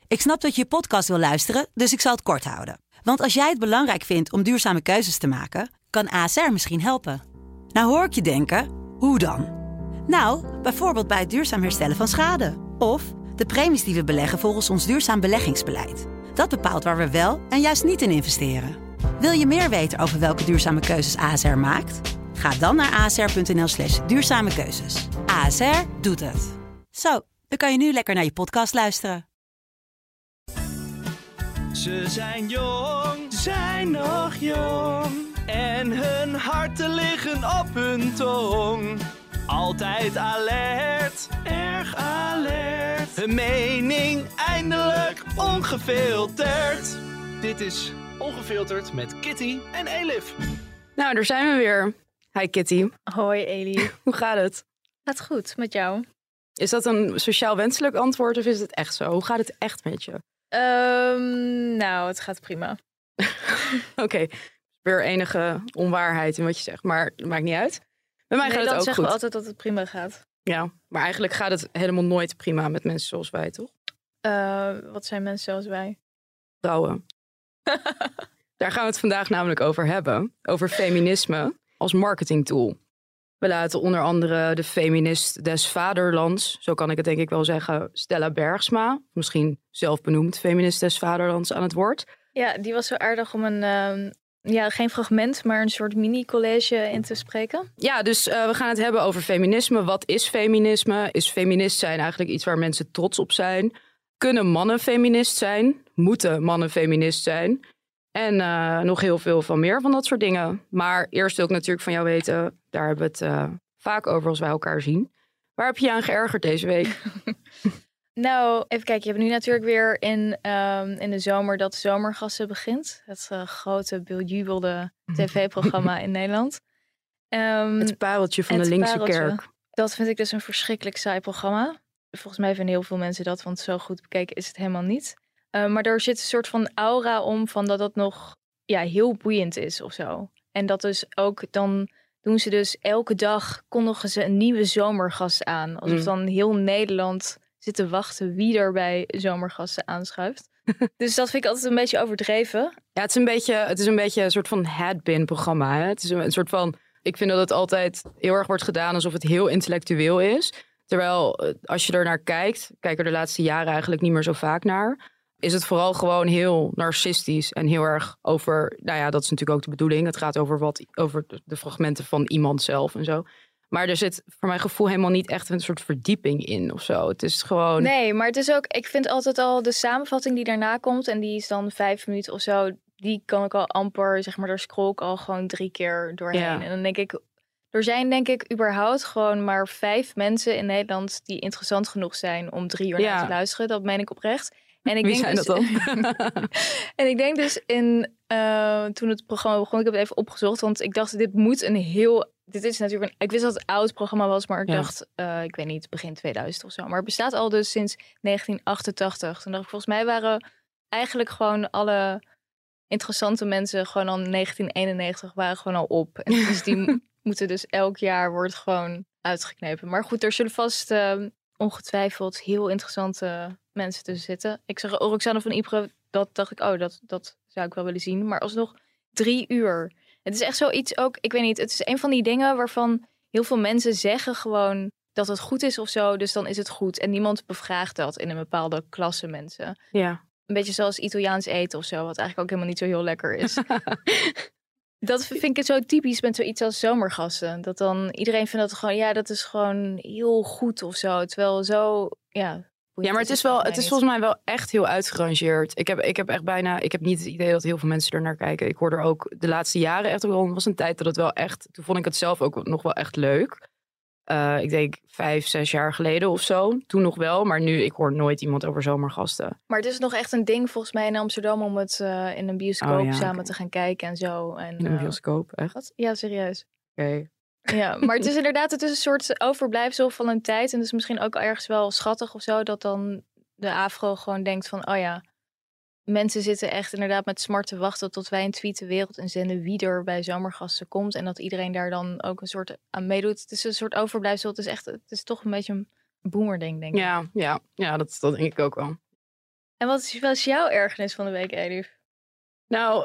Ik snap dat je podcast wil luisteren, dus ik zal het kort houden. Want als jij het belangrijk vindt om duurzame keuzes te maken, kan ASR misschien helpen. Nou hoor ik je denken, hoe dan? Nou, bijvoorbeeld bij het duurzaam herstellen van schade. Of de premies die we beleggen volgens ons duurzaam beleggingsbeleid. Dat bepaalt waar we wel en juist niet in investeren. Wil je meer weten over welke duurzame keuzes ASR maakt? Ga dan naar asr.nl/duurzame keuzes. ASR doet het. Zo, dan kan je nu lekker naar je podcast luisteren. Ze zijn nog jong. En hun harten liggen op hun tong. Altijd alert, erg alert. Hun mening eindelijk ongefilterd. Dit is Ongefilterd met Kitty en Elif. Nou, daar zijn we weer. Hi Kitty. Hoi Eli. Hoe gaat het? Gaat goed met jou? Is dat een sociaal wenselijk antwoord of is het echt zo? Hoe gaat het echt met je? Nou, het gaat prima. Oké, weer enige onwaarheid in wat je zegt, maar het maakt niet uit. Bij mij gaat het ook goed. zeggen we altijd dat het prima gaat. Ja, maar eigenlijk gaat het helemaal nooit prima met mensen zoals wij, toch? Wat zijn mensen zoals wij? Vrouwen. Daar gaan we het vandaag namelijk over hebben. Over feminisme als marketingtool. We laten onder andere de feminist des vaderlands, zo kan ik het denk ik wel zeggen, Stella Bergsma, misschien zelf benoemd feminist des vaderlands, aan het woord. Ja, die was zo aardig om geen fragment, maar een soort mini-college in te spreken. Ja, dus we gaan het hebben over feminisme. Wat is feminisme? Is feminist zijn eigenlijk iets waar mensen trots op zijn? Kunnen mannen feminist zijn? Moeten mannen feminist zijn? En nog heel veel van meer van dat soort dingen. Maar eerst wil ik natuurlijk van jou weten, daar hebben we het vaak over als wij elkaar zien. Waar heb je je aan geërgerd deze week? Nou, even kijken. Je hebt nu natuurlijk weer in de zomer dat Zomergassen begint. Het grote, bejubelde tv-programma in Nederland. Het pareltje van de linkse kerk. Dat vind ik dus een verschrikkelijk saai programma. Volgens mij vinden heel veel mensen dat, want zo goed bekeken is het helemaal niet. Maar er zit een soort van aura om van dat het nog heel boeiend is of zo. En dat dus ook dan doen ze dus elke dag kondigen ze een nieuwe zomergast aan. Alsof dan heel Nederland zit te wachten wie er bij zomergasten aanschuift. Dus dat vind ik altijd een beetje overdreven. Ja, het is een beetje een soort van had-been programma. Hè? Het is een soort van, ik vind dat het altijd heel erg wordt gedaan alsof het heel intellectueel is. Terwijl als je er naar kijkt, kijk er de laatste jaren eigenlijk niet meer zo vaak naar, is het vooral gewoon heel narcistisch en heel erg over, dat is natuurlijk ook de bedoeling. Het gaat over de fragmenten van iemand zelf en zo. Maar er zit voor mijn gevoel helemaal niet echt een soort verdieping in of zo. Het is gewoon... Nee, maar het is ook, ik vind altijd al de samenvatting die daarna komt, en die is dan 5 minuten of zo, die kan ik al amper, zeg maar, daar scroll ik al gewoon 3 keer doorheen. Ja. En dan denk ik, er zijn denk ik überhaupt gewoon maar 5 mensen in Nederland die interessant genoeg zijn om 3 uur naar te luisteren. Dat meen ik oprecht. En ik Wie denk zijn dus, dat dan? En ik denk dus toen het programma begon, ik heb het even opgezocht, want ik dacht, dit is natuurlijk ik wist dat het een oud programma was, maar ik dacht, ik weet niet, begin 2000 of zo. Maar het bestaat al dus sinds 1988. Toen dacht ik, volgens mij waren eigenlijk gewoon alle interessante mensen gewoon al in 1991 waren gewoon al op. En dus die moeten dus elk jaar wordt gewoon uitgeknepen. Maar goed, er zullen vast ongetwijfeld heel interessante mensen tussen zitten. Ik zag Roxanne van Ypres, dat dacht ik, dat zou ik wel willen zien. Maar alsnog 3 uur. Het is echt zoiets ook, ik weet niet, het is een van die dingen waarvan heel veel mensen zeggen gewoon dat het goed is of zo, dus dan is het goed. En niemand bevraagt dat in een bepaalde klasse mensen. Ja. Een beetje zoals Italiaans eten of zo, wat eigenlijk ook helemaal niet zo heel lekker is. Dat vind ik zo typisch met zoiets als zomergasten. Dat dan iedereen vindt dat gewoon, dat is gewoon heel goed of zo. Terwijl zo, maar het is volgens mij wel echt heel uitgerangeerd. Ik heb niet het idee dat heel veel mensen er naar kijken. Ik hoor er ook de laatste jaren echt wel, was een tijd dat het wel echt, toen vond ik het zelf ook nog wel echt leuk. Ik denk 5, 6 jaar geleden of zo. Toen nog wel, maar nu, ik hoor nooit iemand over zomergasten. Maar het is nog echt een ding volgens mij in Amsterdam om het in een bioscoop samen te gaan kijken en zo. En, in een bioscoop, echt? Wat? Ja, serieus. Oké. Ja, maar het is inderdaad, het is een soort overblijfsel van een tijd. En het is misschien ook ergens wel schattig of zo, dat dan de AVRO gewoon denkt van, mensen zitten echt inderdaad met smart te wachten tot wij een tweet de wereld inzenden wie er bij zomergasten komt. En dat iedereen daar dan ook een soort aan meedoet. Het is een soort overblijfsel. Het is toch een beetje een boomerding, denk ik. Ja, dat denk ik ook wel. En wat was jouw ergernis van de week, Elif? Nou,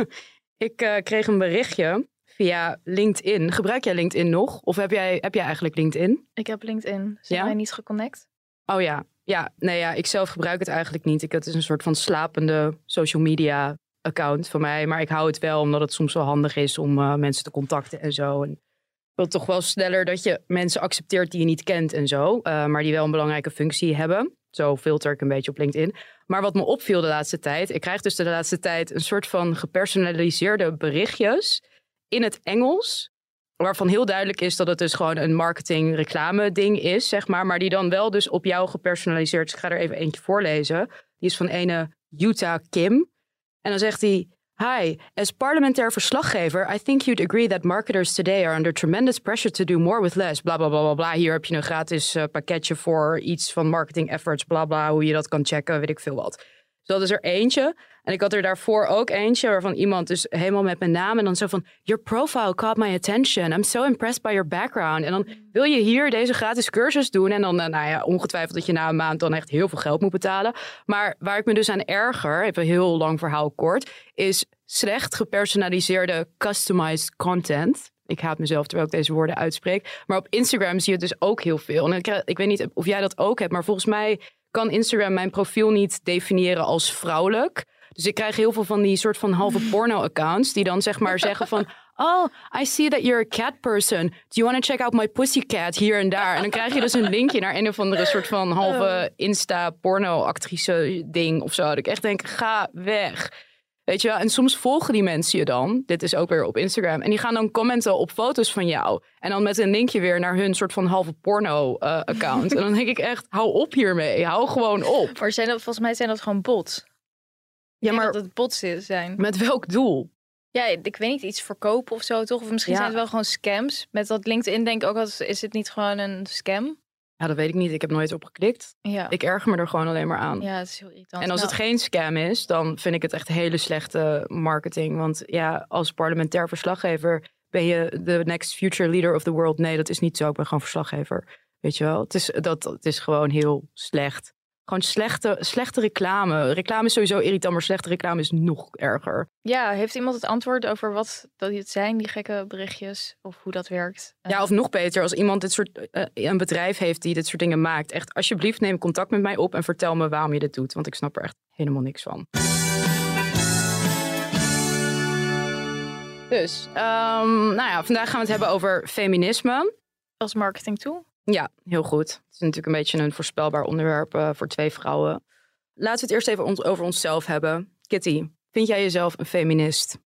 ik kreeg een berichtje via LinkedIn. Gebruik jij LinkedIn nog? Of heb jij eigenlijk LinkedIn? Ik heb LinkedIn. Zijn wij niet geconnect? Oh ja. Ja, ik zelf gebruik het eigenlijk niet. Het is een soort van slapende social media account van mij. Maar ik hou het wel omdat het soms wel handig is om mensen te contacten en zo. En ik wil toch wel sneller dat je mensen accepteert die je niet kent en zo. Maar die wel een belangrijke functie hebben. Zo filter ik een beetje op LinkedIn. Maar wat me opviel de laatste tijd. Ik krijg dus de laatste tijd een soort van gepersonaliseerde berichtjes in het Engels. Waarvan heel duidelijk is dat het dus gewoon een marketing reclame ding is, zeg maar. Maar die dan wel dus op jou gepersonaliseerd. Dus ik ga er even eentje voorlezen. Die is van ene Utah Kim. En dan zegt hij: Hi, as parlementair verslaggever, I think you'd agree that marketers today are under tremendous pressure to do more with less. Bla bla bla bla bla. Hier heb je een gratis pakketje voor iets van marketing efforts. Bla bla. Hoe je dat kan checken, weet ik veel wat. Dus dat is er eentje. En ik had er daarvoor ook eentje waarvan iemand dus helemaal met mijn naam en dan zo van: Your profile caught my attention. I'm so impressed by your background. En dan wil je hier deze gratis cursus doen. En dan, ongetwijfeld dat je na een maand dan echt heel veel geld moet betalen. Maar waar ik me dus aan erger, even een heel lang verhaal kort, is slecht gepersonaliseerde customized content. Ik haat mezelf terwijl ik deze woorden uitspreek. Maar op Instagram zie je het dus ook heel veel. En ik weet niet of jij dat ook hebt, maar volgens mij kan Instagram mijn profiel niet definiëren als vrouwelijk. Dus ik krijg heel veel van die soort van halve porno-accounts die dan zeg maar zeggen van: Oh, I see that you're a cat person. Do you want to check out my pussycat hier en daar? En dan krijg je dus een linkje naar een of andere soort van halve Insta-porno-actrice ding of zo. Dat ik echt denk, ga weg. Weet je wel? En soms volgen die mensen je dan. Dit is ook weer op Instagram. En die gaan dan commenten op foto's van jou. En dan met een linkje weer naar hun soort van halve porno-account. En dan denk ik echt, hou op hiermee. Hou gewoon op. Maar volgens mij zijn dat gewoon bots. Ja, maar dat het bots zijn. Met welk doel? Ja, ik weet niet, iets verkopen of zo, toch? Of misschien zijn het wel gewoon scams. Met dat LinkedIn denk ik ook altijd, is het niet gewoon een scam? Ja, dat weet ik niet. Ik heb nooit op geklikt. Ja. Ik erger me er gewoon alleen maar aan. Ja, het is heel irritant. En als het geen scam is, dan vind ik het echt hele slechte marketing. Want ja, als parlementair verslaggever ben je de next future leader of the world. Nee, dat is niet zo. Ik ben gewoon verslaggever. Weet je wel? Het is gewoon heel slecht. Gewoon slechte reclame. Reclame is sowieso irritant, maar slechte reclame is nog erger. Ja, heeft iemand het antwoord over wat dat het zijn, die gekke berichtjes? Of hoe dat werkt? Ja, of nog beter, als iemand een bedrijf heeft die dit soort dingen maakt. Echt, alsjeblieft, neem contact met mij op en vertel me waarom je dit doet. Want ik snap er echt helemaal niks van. Dus, vandaag gaan we het hebben over feminisme. Als marketing tool? Ja, heel goed. Het is natuurlijk een beetje een voorspelbaar onderwerp voor twee vrouwen. Laten we het eerst even over onszelf hebben. Kitty, vind jij jezelf een feminist?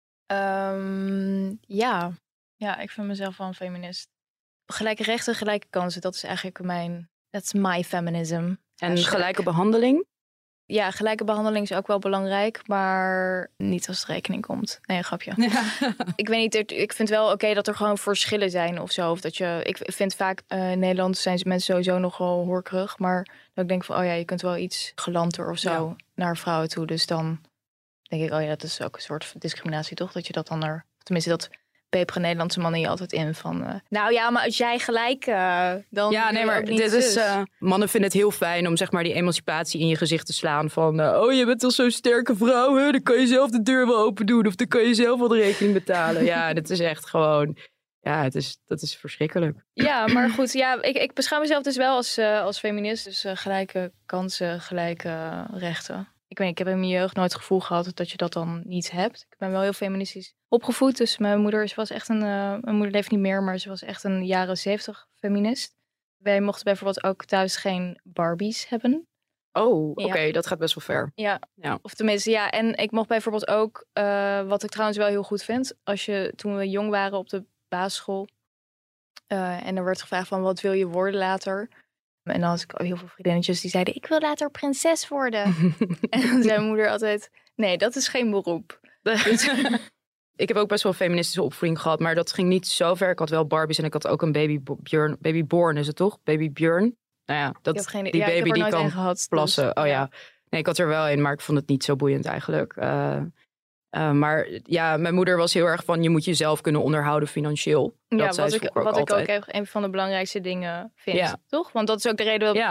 Ja, ik vind mezelf wel een feminist. Gelijke rechten, gelijke kansen, dat is eigenlijk that's my feminism. En gelijke behandeling? Ja, gelijke behandeling is ook wel belangrijk, maar niet als het rekening komt. Nee, een grapje. Ja. Ik weet niet, ik vind wel oké dat er gewoon verschillen zijn of zo. Of dat ik vind vaak in Nederland zijn mensen sowieso nogal horkerig, maar dat ik denk van, je kunt wel iets galanter of zo naar vrouwen toe. Dus dan denk ik, dat is ook een soort van discriminatie, toch? Dat je dat dan tenminste dat peperen Nederlandse mannen je altijd in van... maar als jij gelijk, dan... Ja, nee, maar dit is... mannen vinden het heel fijn om zeg maar die emancipatie in je gezicht te slaan van... je bent toch zo'n sterke vrouw, hè? Dan kan je zelf de deur wel open doen of dan kan je zelf wel de rekening betalen. Ja, dat is echt gewoon... Ja, dat is verschrikkelijk. Ja, maar goed, ik beschouw mezelf dus wel als feminist. Dus gelijke kansen, gelijke rechten. Ik weet niet, ik heb in mijn jeugd nooit het gevoel gehad dat je dat dan niet hebt. Ik ben wel heel feministisch opgevoed. Dus mijn moeder, mijn moeder leeft niet meer, maar ze was echt een jaren 70 feminist. Wij mochten bijvoorbeeld ook thuis geen Barbies hebben. Oh, oké, dat gaat best wel ver. Ja, of tenminste, en ik mocht bijvoorbeeld ook, wat ik trouwens wel heel goed vind, toen we jong waren op de basisschool, en er werd gevraagd van, wat wil je worden later? En dan had ik heel veel vriendinnetjes die zeiden, ik wil later prinses worden. En dan zei mijn moeder altijd, nee, dat is geen beroep. Ik heb ook best wel een feministische opvoeding gehad, maar dat ging niet zo ver. Ik had wel Barbies en ik had ook een babyborn is het toch? Baby Björn. Nou ja, die baby die kan gehad, plassen. Dus, nee, ik had er wel een, maar ik vond het niet zo boeiend eigenlijk. Maar ja, mijn moeder was heel erg van, je moet jezelf kunnen onderhouden financieel. Dat wat ik ook een van de belangrijkste dingen vind, toch? Want dat is ook de reden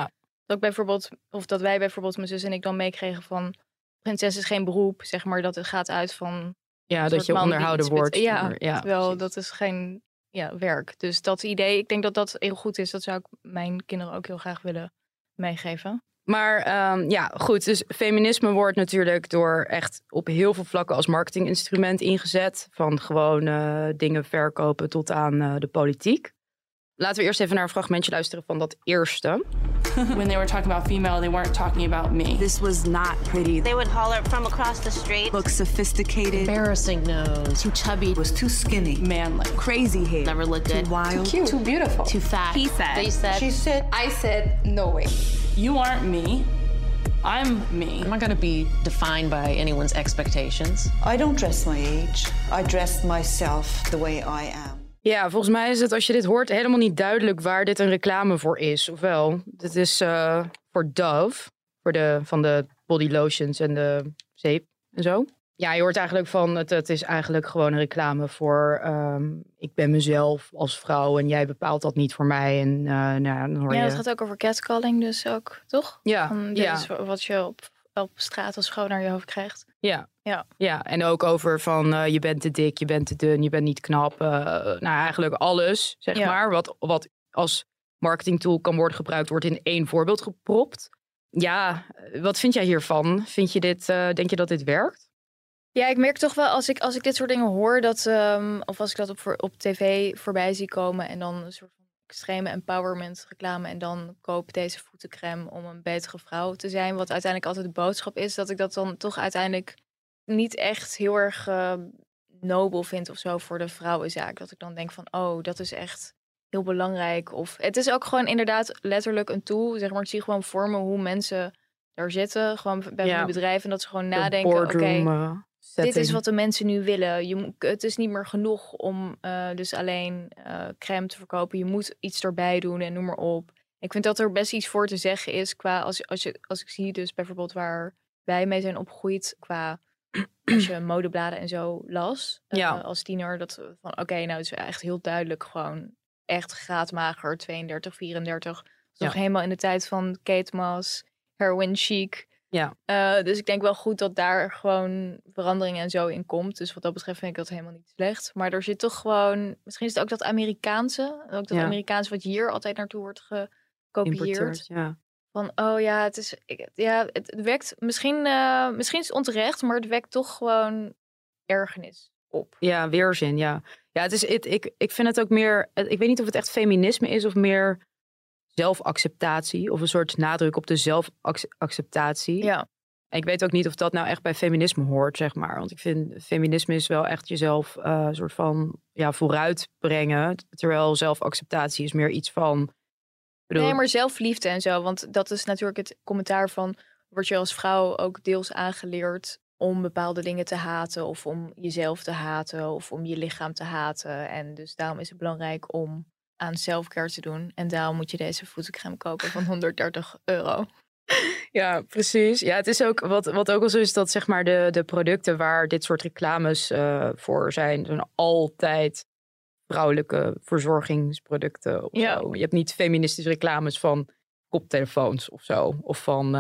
Dat wij bijvoorbeeld mijn zus en ik dan meekregen van prinses is geen beroep, zeg maar, dat het gaat uit van dat je onderhouden wordt. Terwijl dat is geen werk. Dus dat idee, ik denk dat dat heel goed is. Dat zou ik mijn kinderen ook heel graag willen meegeven. Maar goed, dus feminisme wordt natuurlijk door echt op heel veel vlakken als marketinginstrument ingezet. Van gewoon dingen verkopen tot aan de politiek. Laten we eerst even naar een fragmentje luisteren van dat eerste. When they were talking about female, they weren't talking about me. This was not pretty. They would holler from across the street. Look sophisticated. Embarrassing nose. Too chubby. Was too skinny. Manly. Crazy hair. Never looked good. Too wild. Too cute. Too beautiful. Too fat. He said. They said. She said. I said, no way. You aren't me. I'm me. I'm not going to be defined by anyone's expectations. I don't dress my age. I dress myself the way I am. Ja, volgens mij is het, als je dit hoort, helemaal niet duidelijk waar dit een reclame voor is. Ofwel, dit is voor Dove, van de body lotions en de zeep en zo. Ja, je hoort eigenlijk van, het is eigenlijk gewoon een reclame voor ik ben mezelf als vrouw en jij bepaalt dat niet voor mij. En dan hoor je... Ja, het gaat ook over catcalling dus ook, toch? Ja. Dit is wat je op straat als vrouw naar je hoofd krijgt. Ja, en ook over van je bent te dik, je bent te dun, je bent niet knap. Eigenlijk alles, zeg maar, wat als marketingtool kan worden gebruikt, wordt in één voorbeeld gepropt. Ja, wat vind jij hiervan? Vind je dit, denk je dat dit werkt? Ja, ik merk toch wel als ik dit soort dingen hoor, of als ik dat op tv voorbij zie komen en dan een soort van extreme empowerment reclame en dan koop deze voetencrème om een betere vrouw te zijn, wat uiteindelijk altijd de boodschap is, dat ik dat dan toch uiteindelijk niet echt heel erg nobel vind of zo voor de vrouwenzaak. Dat ik dan denk van, oh, dat is echt heel belangrijk. Of het is ook gewoon inderdaad letterlijk een tool. Zeg maar, ik zie gewoon voor me hoe mensen daar zitten. Gewoon bij een bedrijf en dat ze gewoon nadenken. Oké, dit is wat de mensen nu willen. Het is niet meer genoeg om dus alleen crème te verkopen. Je moet iets erbij doen en noem maar op. Ik vind dat er best iets voor te zeggen is qua als ik zie dus bijvoorbeeld waar wij mee zijn opgegroeid qua als je modebladen en zo las als tiener, dat van oké, nou het is echt heel duidelijk gewoon echt graadmager, 32, 34. Dat is nog helemaal in de tijd van Kate Moss, Heroin Chic. Ja. Dus ik denk wel goed dat daar gewoon verandering en zo in komt. Dus wat dat betreft vind ik dat helemaal niet slecht. Maar er zit toch gewoon, misschien is het ook dat Amerikaanse, Amerikaanse wat hier altijd naartoe wordt gekopieerd. Van, oh ja, het wekt misschien is het onterecht, maar het wekt toch gewoon ergernis op. Ja, weerzin, ja. Ja, het is, ik vind het ook meer, ik weet niet of het echt feminisme is of meer zelfacceptatie of een soort nadruk op de zelfacceptatie. Ja. En ik weet ook niet of dat nou echt bij feminisme hoort, zeg maar. Want ik vind feminisme is wel echt jezelf soort van vooruitbrengen, terwijl zelfacceptatie is meer iets van... Nee, maar zelfliefde en zo. Want dat is natuurlijk het commentaar van... word je als vrouw ook deels aangeleerd om bepaalde dingen te haten... of om jezelf te haten of om je lichaam te haten. En dus daarom is het belangrijk om aan selfcare te doen. En daarom moet je deze voetencrème kopen van €130. Ja, precies. Ja, het is ook wat ook al zo is dat zeg maar de producten waar dit soort reclames voor zijn altijd... vrouwelijke verzorgingsproducten of zo. Je hebt niet feministische reclames van koptelefoons of zo. Of van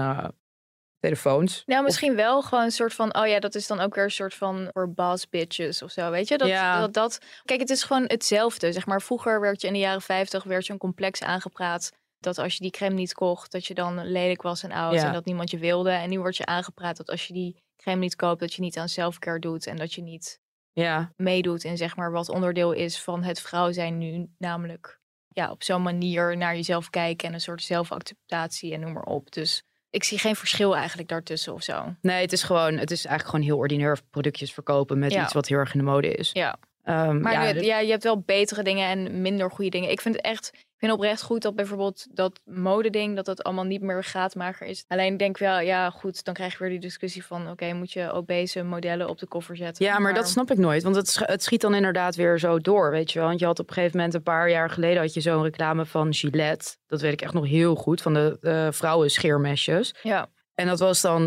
telefoons. Nou, misschien wel gewoon een soort van... oh ja, dat is dan ook weer een soort van... voor boss bitches of zo, weet je? Dat kijk, het is gewoon hetzelfde. Zeg maar, vroeger werd je in de jaren 50... werd je een complex aangepraat... dat als je die crème niet kocht... dat je dan lelijk was en oud... en dat niemand je wilde. En nu wordt je aangepraat dat als je die crème niet koopt... dat je niet aan selfcare doet... en dat je niet... meedoet in zeg maar wat onderdeel is van het vrouw zijn nu. Namelijk op zo'n manier naar jezelf kijken en een soort zelfacceptatie en noem maar op. Dus ik zie geen verschil eigenlijk daartussen of zo. Nee, het is eigenlijk gewoon heel ordinair productjes verkopen met iets wat heel erg in de mode is. Ja. Maar je hebt wel betere dingen en minder goede dingen. Ik vind oprecht goed dat bijvoorbeeld dat modeding, dat allemaal niet meer graadmager is. Alleen denk wel, ja goed, dan krijg je weer die discussie van oké, moet je obese modellen op de koffer zetten. Ja, maar dat snap ik nooit. Want het schiet dan inderdaad weer zo door, weet je wel. Want je had op een gegeven moment, een paar jaar geleden, had je zo'n reclame van Gillette. Dat weet ik echt nog heel goed, van de vrouwenscheermesjes. Ja. En dat was dan,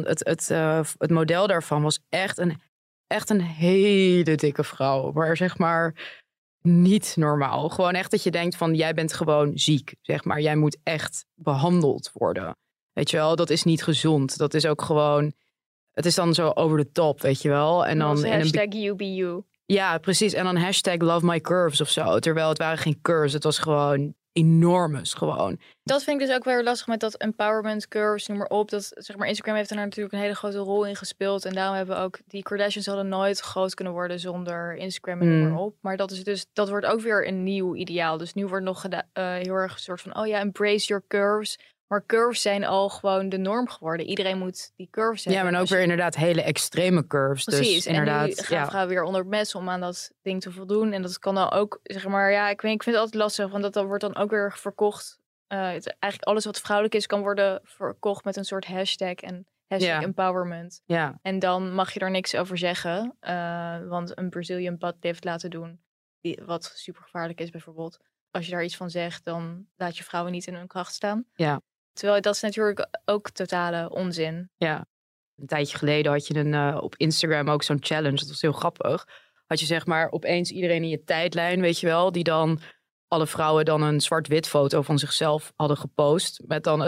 het model daarvan was echt een hele dikke vrouw. Maar zeg maar niet normaal. Gewoon echt dat je denkt van jij bent gewoon ziek. Zeg maar. Jij moet echt behandeld worden. Weet je wel, dat is niet gezond. Dat is ook gewoon, het is dan zo over de top, weet je wel. En dan hashtag you be you. Ja, precies. En dan hashtag love my curves of zo. Terwijl het waren geen curves, het was gewoon enormous gewoon. Dat vind ik dus ook weer lastig met dat empowerment curves, noem maar op. Dat, zeg maar, Instagram heeft er natuurlijk een hele grote rol in gespeeld. En daarom hebben we ook, die Kardashians hadden nooit groot kunnen worden zonder Instagram en noem maar op. Maar dat is dus, dat wordt ook weer een nieuw ideaal. Dus nu wordt nog heel erg een soort van, embrace your curves. Maar curves zijn al gewoon de norm geworden. Iedereen moet die curves hebben. Ja, maar ook weer inderdaad hele extreme curves. Precies, dus en inderdaad, nu gaan vrouwen weer onder het mes om aan dat ding te voldoen. En dat kan dan ook, zeg maar, ik vind het altijd lastig. Want dat wordt dan ook weer verkocht. Eigenlijk alles wat vrouwelijk is, kan worden verkocht met een soort hashtag. En hashtag empowerment. Ja. En dan mag je er niks over zeggen. Want een Brazilian buttlift laten doen, wat super gevaarlijk is bijvoorbeeld. Als je daar iets van zegt, dan laat je vrouwen niet in hun kracht staan. Ja. Terwijl dat is natuurlijk ook totale onzin. Ja, een tijdje geleden had je op Instagram ook zo'n challenge. Dat was heel grappig. Had je zeg maar opeens iedereen in je tijdlijn, weet je wel, die dan alle vrouwen dan een zwart-wit foto van zichzelf hadden gepost. Met dan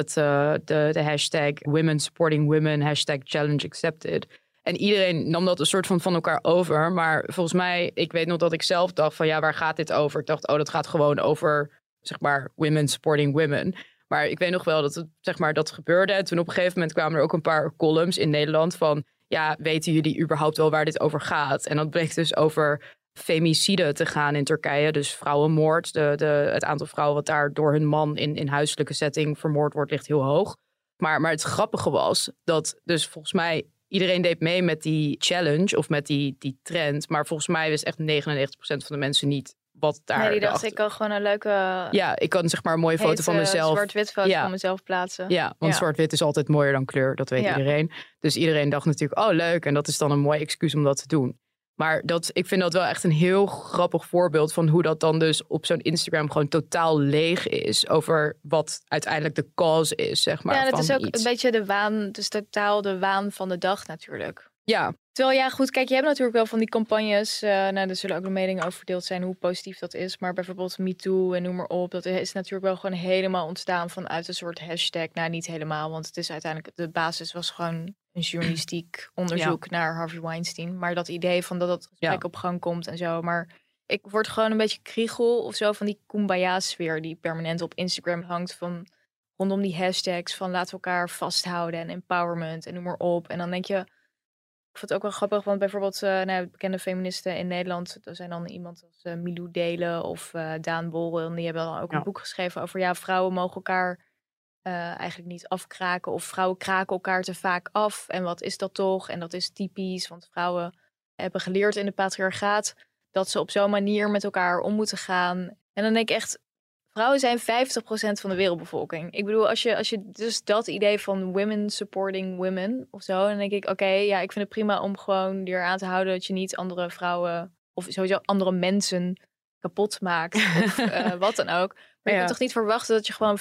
de hashtag women supporting women, hashtag challenge accepted. En iedereen nam dat een soort van elkaar over. Maar volgens mij, ik weet nog dat ik zelf dacht van waar gaat dit over? Ik dacht, dat gaat gewoon over, zeg maar, women supporting women. Maar ik weet nog wel dat het, zeg maar, dat gebeurde. En toen op een gegeven moment kwamen er ook een paar columns in Nederland van, weten jullie überhaupt wel waar dit over gaat? En dat bleek dus over femicide te gaan in Turkije. Dus vrouwenmoord. Het aantal vrouwen wat daar door hun man in huiselijke setting vermoord wordt, ligt heel hoog. Maar het grappige was dat dus volgens mij iedereen deed mee met die challenge of met die trend. Maar volgens mij wist echt 99% van de mensen niet wat daar. Nee, die dacht, ik kan gewoon een leuke. Ja, ik kan zeg maar een mooie foto van mezelf. Zwart-wit foto van mezelf plaatsen. Ja, want zwart-wit is altijd mooier dan kleur. Dat weet iedereen. Dus iedereen dacht natuurlijk, oh leuk. En dat is dan een mooi excuus om dat te doen. Maar ik vind dat wel echt een heel grappig voorbeeld van hoe dat dan dus op zo'n Instagram gewoon totaal leeg is over wat uiteindelijk de cause is, zeg maar. Ja, dat is ook iets. een beetje de waan, dus totaal de waan van de dag natuurlijk. Ja. Terwijl goed, kijk, je hebt natuurlijk wel van die campagnes, er zullen ook de meningen over verdeeld zijn hoe positief dat is. Maar bijvoorbeeld MeToo en noem maar op, dat is natuurlijk wel gewoon helemaal ontstaan vanuit een soort hashtag. Nou, niet helemaal, want het is uiteindelijk, de basis was gewoon een journalistiek onderzoek naar Harvey Weinstein. Maar dat idee van dat gesprek op gang komt en zo. Maar ik word gewoon een beetje kriegel of zo van die kumbaya-sfeer die permanent op Instagram hangt van rondom die hashtags van laten we elkaar vasthouden en empowerment en noem maar op. En dan denk je, ik vond het ook wel grappig, want bijvoorbeeld bekende feministen in Nederland, er zijn dan iemand als Milou Delen of Daan Bol, en die hebben dan ook een boek geschreven over vrouwen mogen elkaar eigenlijk niet afkraken of vrouwen kraken elkaar te vaak af. En wat is dat toch? En dat is typisch, want vrouwen hebben geleerd in de patriarchaat dat ze op zo'n manier met elkaar om moeten gaan. En dan denk ik echt, vrouwen zijn 50% van de wereldbevolking. Ik bedoel, als je dus dat idee van women supporting women of zo, dan denk ik, ik vind het prima om gewoon eraan te houden dat je niet andere vrouwen of sowieso andere mensen kapot maakt of wat dan ook. Maar je kunt toch niet verwachten dat je gewoon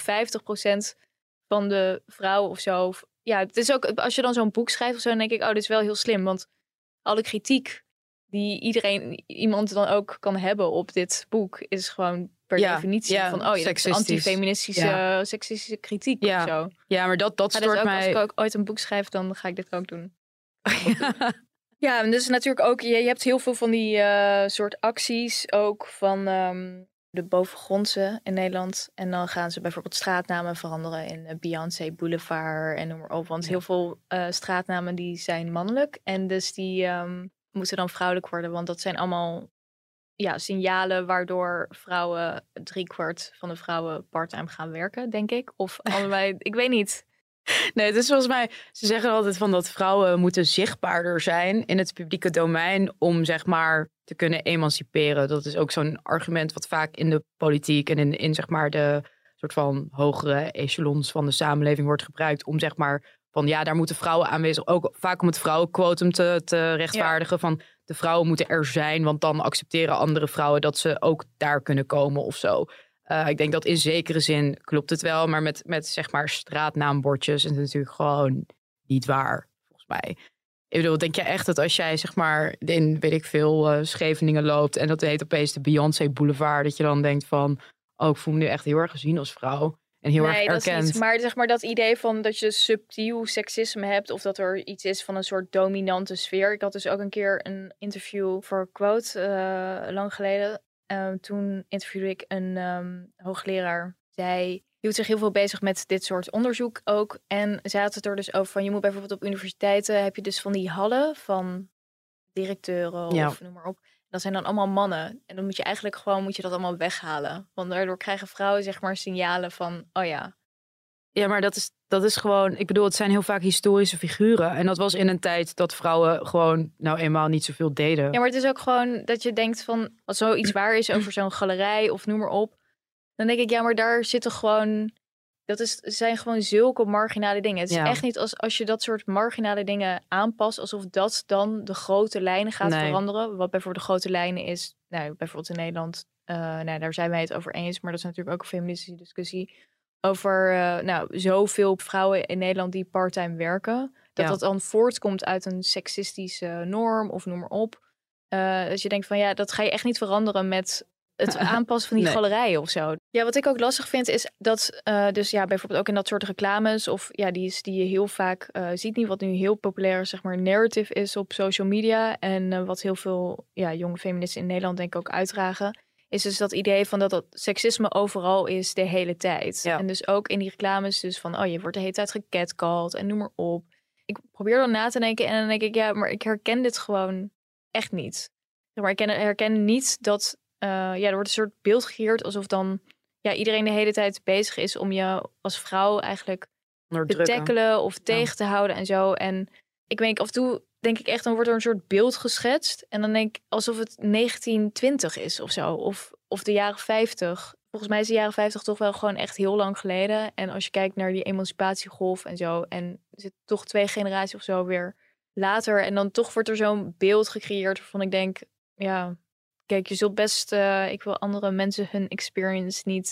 50% van de vrouwen of zo. Ja, het is ook, als je dan zo'n boek schrijft of zo, dan denk ik, dit is wel heel slim. Want alle kritiek die iemand dan ook kan hebben op dit boek is gewoon per definitie van, dat is antifeministische, seksistische kritiek of zo. Ja, maar dat stoort mij. Als ik ook ooit een boek schrijf, dan ga ik dit ook doen. Ja, en dus natuurlijk ook, je hebt heel veel van die soort acties ook van de bovengrondse in Nederland. En dan gaan ze bijvoorbeeld straatnamen veranderen in Beyoncé Boulevard en noem maar op. Want heel veel straatnamen die zijn mannelijk. En dus die moeten dan vrouwelijk worden. Want dat zijn allemaal signalen waardoor vrouwen 3/4 van de vrouwen parttime gaan werken, denk ik. Of allebei, ik weet niet. Nee, het is volgens mij, ze zeggen altijd van dat vrouwen moeten zichtbaarder zijn in het publieke domein om zeg maar te kunnen emanciperen. Dat is ook zo'n argument wat vaak in de politiek en in zeg maar de soort van hogere echelons van de samenleving wordt gebruikt om zeg maar van daar moeten vrouwen aanwezig, ook vaak om het vrouwenquotum te rechtvaardigen van de vrouwen moeten er zijn, want dan accepteren andere vrouwen dat ze ook daar kunnen komen of zo. Ik denk dat in zekere zin klopt het wel, maar met zeg maar straatnaambordjes is het natuurlijk gewoon niet waar, volgens mij. Ik bedoel, denk je echt dat als jij zeg maar in, weet ik veel, Scheveningen loopt en dat heet opeens de Beyoncé Boulevard, dat je dan denkt van, ik voel me nu echt heel erg gezien als vrouw. en heel erg dat is erkent. niet. Maar zeg maar dat idee van dat je subtiel seksisme hebt of dat er iets is van een soort dominante sfeer. Ik had dus ook een keer een interview voor Quote lang geleden. Toen interviewde ik een hoogleraar. Zij hield zich heel veel bezig met dit soort onderzoek ook. En zij had het er dus over van je moet bijvoorbeeld op universiteiten heb je dus van die hallen van directeuren of noem maar op. Dat zijn dan allemaal mannen. En dan moet je eigenlijk gewoon moet je dat allemaal weghalen. Want daardoor krijgen vrouwen zeg maar signalen van oh ja. Ja, maar dat is gewoon... Ik bedoel, het zijn heel vaak historische figuren. En dat was in een tijd dat vrouwen gewoon nou eenmaal niet zoveel deden. Ja, maar het is ook gewoon dat je denkt van... als zoiets waar is over zo'n galerij of noem maar op... dan denk ik, ja, maar daar zitten gewoon... zijn gewoon zulke marginale dingen. Het is echt niet als je dat soort marginale dingen aanpast... alsof dat dan de grote lijnen gaat veranderen. Wat bijvoorbeeld de grote lijnen is... Nou, bijvoorbeeld in Nederland... daar zijn wij het over eens. Maar dat is natuurlijk ook een feministische discussie... over zoveel vrouwen in Nederland die parttime werken. Dat dan voortkomt uit een seksistische norm of noem maar op. Dat je denkt van ja, dat ga je echt niet veranderen met het aanpassen van die galerijen of zo. Ja, wat ik ook lastig vind is dat dus ja, bijvoorbeeld ook in dat soort reclames of ja, die je heel vaak ziet niet, wat nu heel populair zeg maar narrative is op social media en wat heel veel jonge feministen in Nederland denk ik ook uitdragen. Is dus dat idee van dat seksisme overal is de hele tijd. Ja. En dus ook in die reclames dus van... oh, je wordt de hele tijd gecatcalled en noem maar op. Ik probeer dan na te denken en dan denk ik... ja, maar ik herken dit gewoon echt niet. Maar ik herken niet dat... er wordt een soort beeld gecreëerd alsof dan... ja, iedereen de hele tijd bezig is om je als vrouw eigenlijk... te tackelen of tegen te houden en zo. En ik weet af en toe... denk ik echt, dan wordt er een soort beeld geschetst. En dan denk ik alsof het 1920 is of zo. Of de jaren 50. Volgens mij is de jaren 50 toch wel gewoon echt heel lang geleden. En als je kijkt naar die emancipatiegolf en zo. En zit toch 2 generaties of zo weer later. En dan toch wordt er zo'n beeld gecreëerd waarvan ik denk... ja, kijk, je zult best... ik wil andere mensen hun experience niet...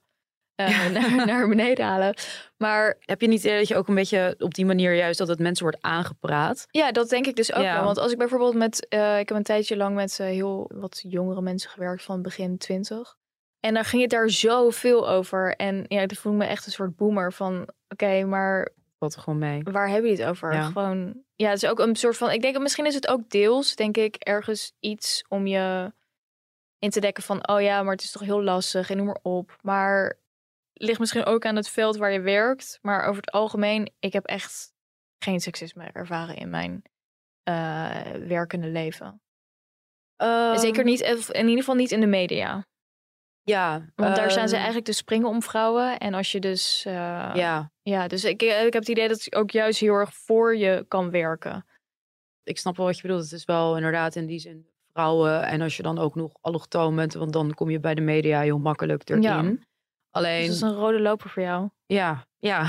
naar beneden halen. Maar heb je niet idee dat je ook een beetje op die manier juist dat het mensen wordt aangepraat? Ja, dat denk ik dus ook wel. Want als ik bijvoorbeeld met... ik heb een tijdje lang met heel wat jongere mensen gewerkt van begin 20. En dan ging het daar zoveel over. En ja, toen voelde ik me echt een soort boomer van... oké, maar... wat gewoon mee. Waar heb je het over? Gewoon... Ja, het is ook een soort van... Ik denk, misschien is het ook deels, denk ik, ergens iets om je in te dekken van... oh ja, maar het is toch heel lastig en noem maar op. Maar... ligt misschien ook aan het veld waar je werkt. Maar over het algemeen, ik heb echt geen seksisme ervaren in mijn werkende leven. Zeker niet, in ieder geval niet in de media. Ja. Want daar staan ze eigenlijk te springen om vrouwen. En als je dus... Ja, dus ik heb het idee dat het ook juist heel erg voor je kan werken. Ik snap wel wat je bedoelt. Het is wel inderdaad in die zin vrouwen. En als je dan ook nog allochtoon bent, want dan kom je bij de media heel makkelijk erin. Ja. Alleen... Dus dat is een rode loper voor jou. Ja. Ja,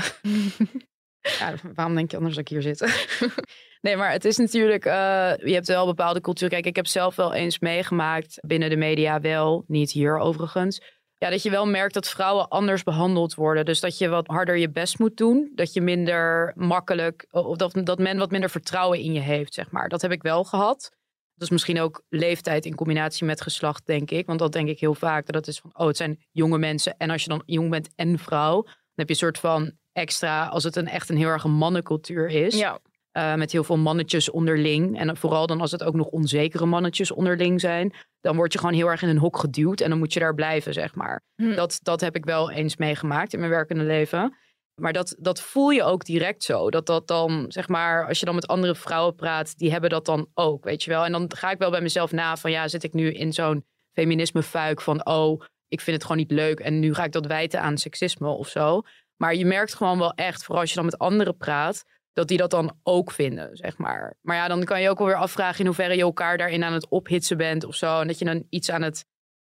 waarom denk je anders dat ik hier zit? Nee, maar het is natuurlijk... je hebt wel bepaalde cultuur. Kijk, ik heb zelf wel eens meegemaakt binnen de media wel. Niet hier overigens. Ja, dat je wel merkt dat vrouwen anders behandeld worden. Dus dat je wat harder je best moet doen. Dat je minder makkelijk... of dat men wat minder vertrouwen in je heeft, zeg maar. Dat heb ik wel gehad. Dat is misschien ook leeftijd in combinatie met geslacht, denk ik. Want dat denk ik heel vaak. Dat is van, het zijn jonge mensen. En als je dan jong bent en vrouw... dan heb je een soort van extra... als het echt een heel erg een mannencultuur is. Ja. Met heel veel mannetjes onderling. En vooral dan als het ook nog onzekere mannetjes onderling zijn... dan word je gewoon heel erg in een hok geduwd. En dan moet je daar blijven, zeg maar. Dat heb ik wel eens meegemaakt in mijn werkende leven... Maar dat voel je ook direct zo. Dat dan, zeg maar, als je dan met andere vrouwen praat... die hebben dat dan ook, weet je wel. En dan ga ik wel bij mezelf na van... ja, zit ik nu in zo'n feminisme-fuik van... ik vind het gewoon niet leuk... en nu ga ik dat wijten aan seksisme of zo. Maar je merkt gewoon wel echt, vooral als je dan met anderen praat... dat die dat dan ook vinden, zeg maar. Maar ja, dan kan je ook wel weer afvragen... in hoeverre je elkaar daarin aan het ophitsen bent of zo. En dat je dan iets aan het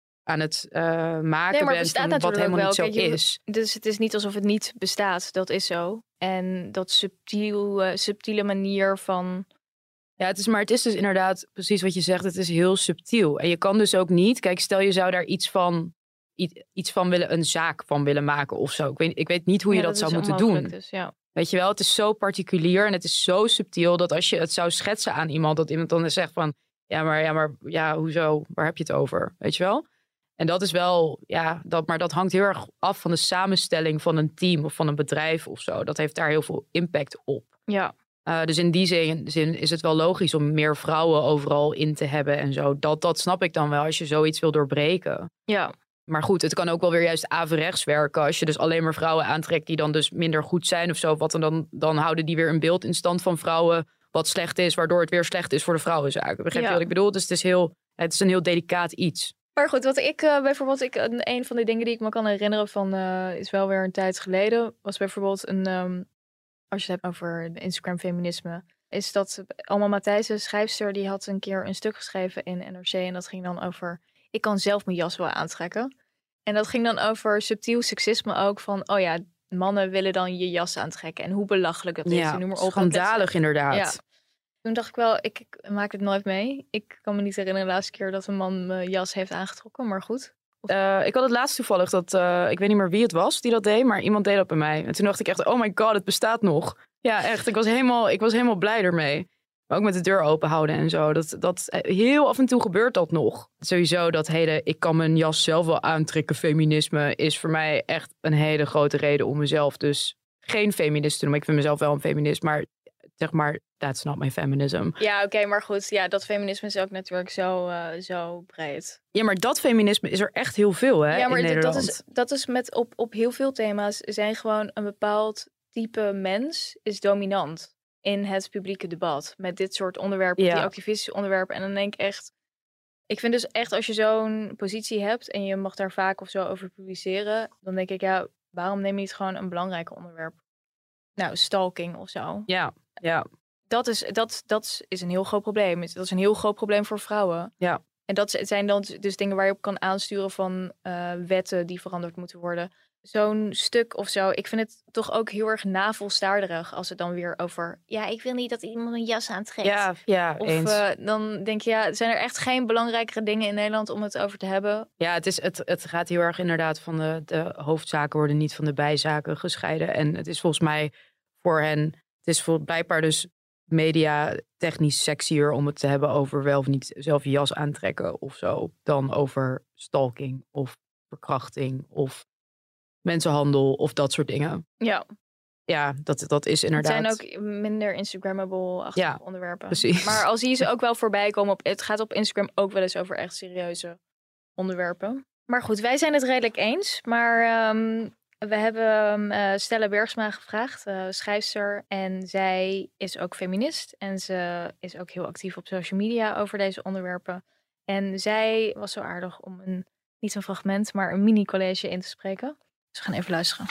maken bent van wat helemaal wel. Niet zo is. Dus het is niet alsof het niet bestaat. Dat is zo. En dat subtiele manier van... Ja, het is dus inderdaad precies wat je zegt. Het is heel subtiel. En je kan dus ook niet... Kijk, stel je zou daar iets van willen... een zaak van willen maken of zo. Ik weet niet hoe je dat zou moeten doen. Dus, ja. Weet je wel, het is zo particulier en het is zo subtiel... dat als je het zou schetsen aan iemand... dat iemand dan zegt van... Ja, maar hoezo? Waar heb je het over? Weet je wel? En dat is wel, maar dat hangt heel erg af van de samenstelling van een team of van een bedrijf of zo. Dat heeft daar heel veel impact op. Ja. Dus in die zin is het wel logisch om meer vrouwen overal in te hebben en zo. Dat snap ik dan wel als je zoiets wil doorbreken. Ja. Maar goed, het kan ook wel weer juist averechts werken. Als je dus alleen maar vrouwen aantrekt die dan dus minder goed zijn of zo. Dan houden die weer een beeld in stand van vrouwen wat slecht is. Waardoor het weer slecht is voor de vrouwenzaken. Begrijp je wat ik bedoel? Dus het is een heel delicaat iets. Maar goed, wat ik bijvoorbeeld... een van de dingen die ik me kan herinneren van... is wel weer een tijd geleden. Was bijvoorbeeld als je het hebt over Instagram-feminisme... is dat Alma Matthijssen, schrijfster... die had een keer een stuk geschreven in NRC... en dat ging dan over... ik kan zelf mijn jas wel aantrekken. En dat ging dan over subtiel seksisme ook. Van, mannen willen dan je jas aantrekken. En hoe belachelijk dat is. Ja, noem maar op. schandalig inderdaad. Ja. Toen dacht ik wel, ik maak het nooit mee. Ik kan me niet herinneren de laatste keer dat een man mijn jas heeft aangetrokken. Maar goed. Ik had het laatst toevallig dat... ik weet niet meer wie het was die dat deed. Maar iemand deed dat bij mij. En toen dacht ik echt, oh my god, het bestaat nog. Ja, echt. Ik was helemaal blij ermee. Maar ook met de deur open houden en zo. Dat heel af en toe gebeurt dat nog. Sowieso dat hele ik kan mijn jas zelf wel aantrekken feminisme is voor mij echt een hele grote reden om mezelf dus geen feminist te noemen. Ik vind mezelf wel een feminist, maar zeg maar, that's not my feminism. Ja, oké, maar goed. Ja, dat feminisme is ook natuurlijk zo breed. Ja, maar dat feminisme is er echt heel veel, hè, ja, maar in Nederland. Dat is met op heel veel thema's zijn gewoon een bepaald type mens is dominant in het publieke debat. Met dit soort onderwerpen, die activistische onderwerpen. En dan denk ik echt... Ik vind dus echt, als je zo'n positie hebt... en je mag daar vaak of zo over publiceren... dan denk ik, waarom neem je niet gewoon een belangrijk onderwerp? Nou, stalking of zo. Ja. Dat is een heel groot probleem. Dat is een heel groot probleem voor vrouwen. Ja. En dat zijn dan dus dingen waar je op kan aansturen van wetten die veranderd moeten worden. Zo'n stuk of zo. Ik vind het toch ook heel erg navelstaarderig als het dan weer over... Ja, ik wil niet dat iemand een jas aantrekt. Ja, of eens. Dan denk je, zijn er echt geen belangrijkere dingen in Nederland om het over te hebben? Ja, het gaat heel erg inderdaad van de hoofdzaken worden niet van de bijzaken gescheiden. En het is volgens mij voor hen... Het is blijkbaar dus media technisch sexier om het te hebben over wel of niet zelf je jas aantrekken of zo. Dan over stalking of verkrachting of mensenhandel of dat soort dingen. Ja. Ja, dat is inderdaad... Het zijn ook minder Instagrammable-achtige onderwerpen. Precies. Maar al zie je ze ook wel voorbij komen. Het gaat op Instagram ook wel eens over echt serieuze onderwerpen. Maar goed, wij zijn het redelijk eens. Maar we hebben Stella Bergsma gevraagd, schrijfster. En zij is ook feminist. En ze is ook heel actief op social media over deze onderwerpen. En zij was zo aardig om niet een fragment, maar een mini-college in te spreken. Dus we gaan even luisteren.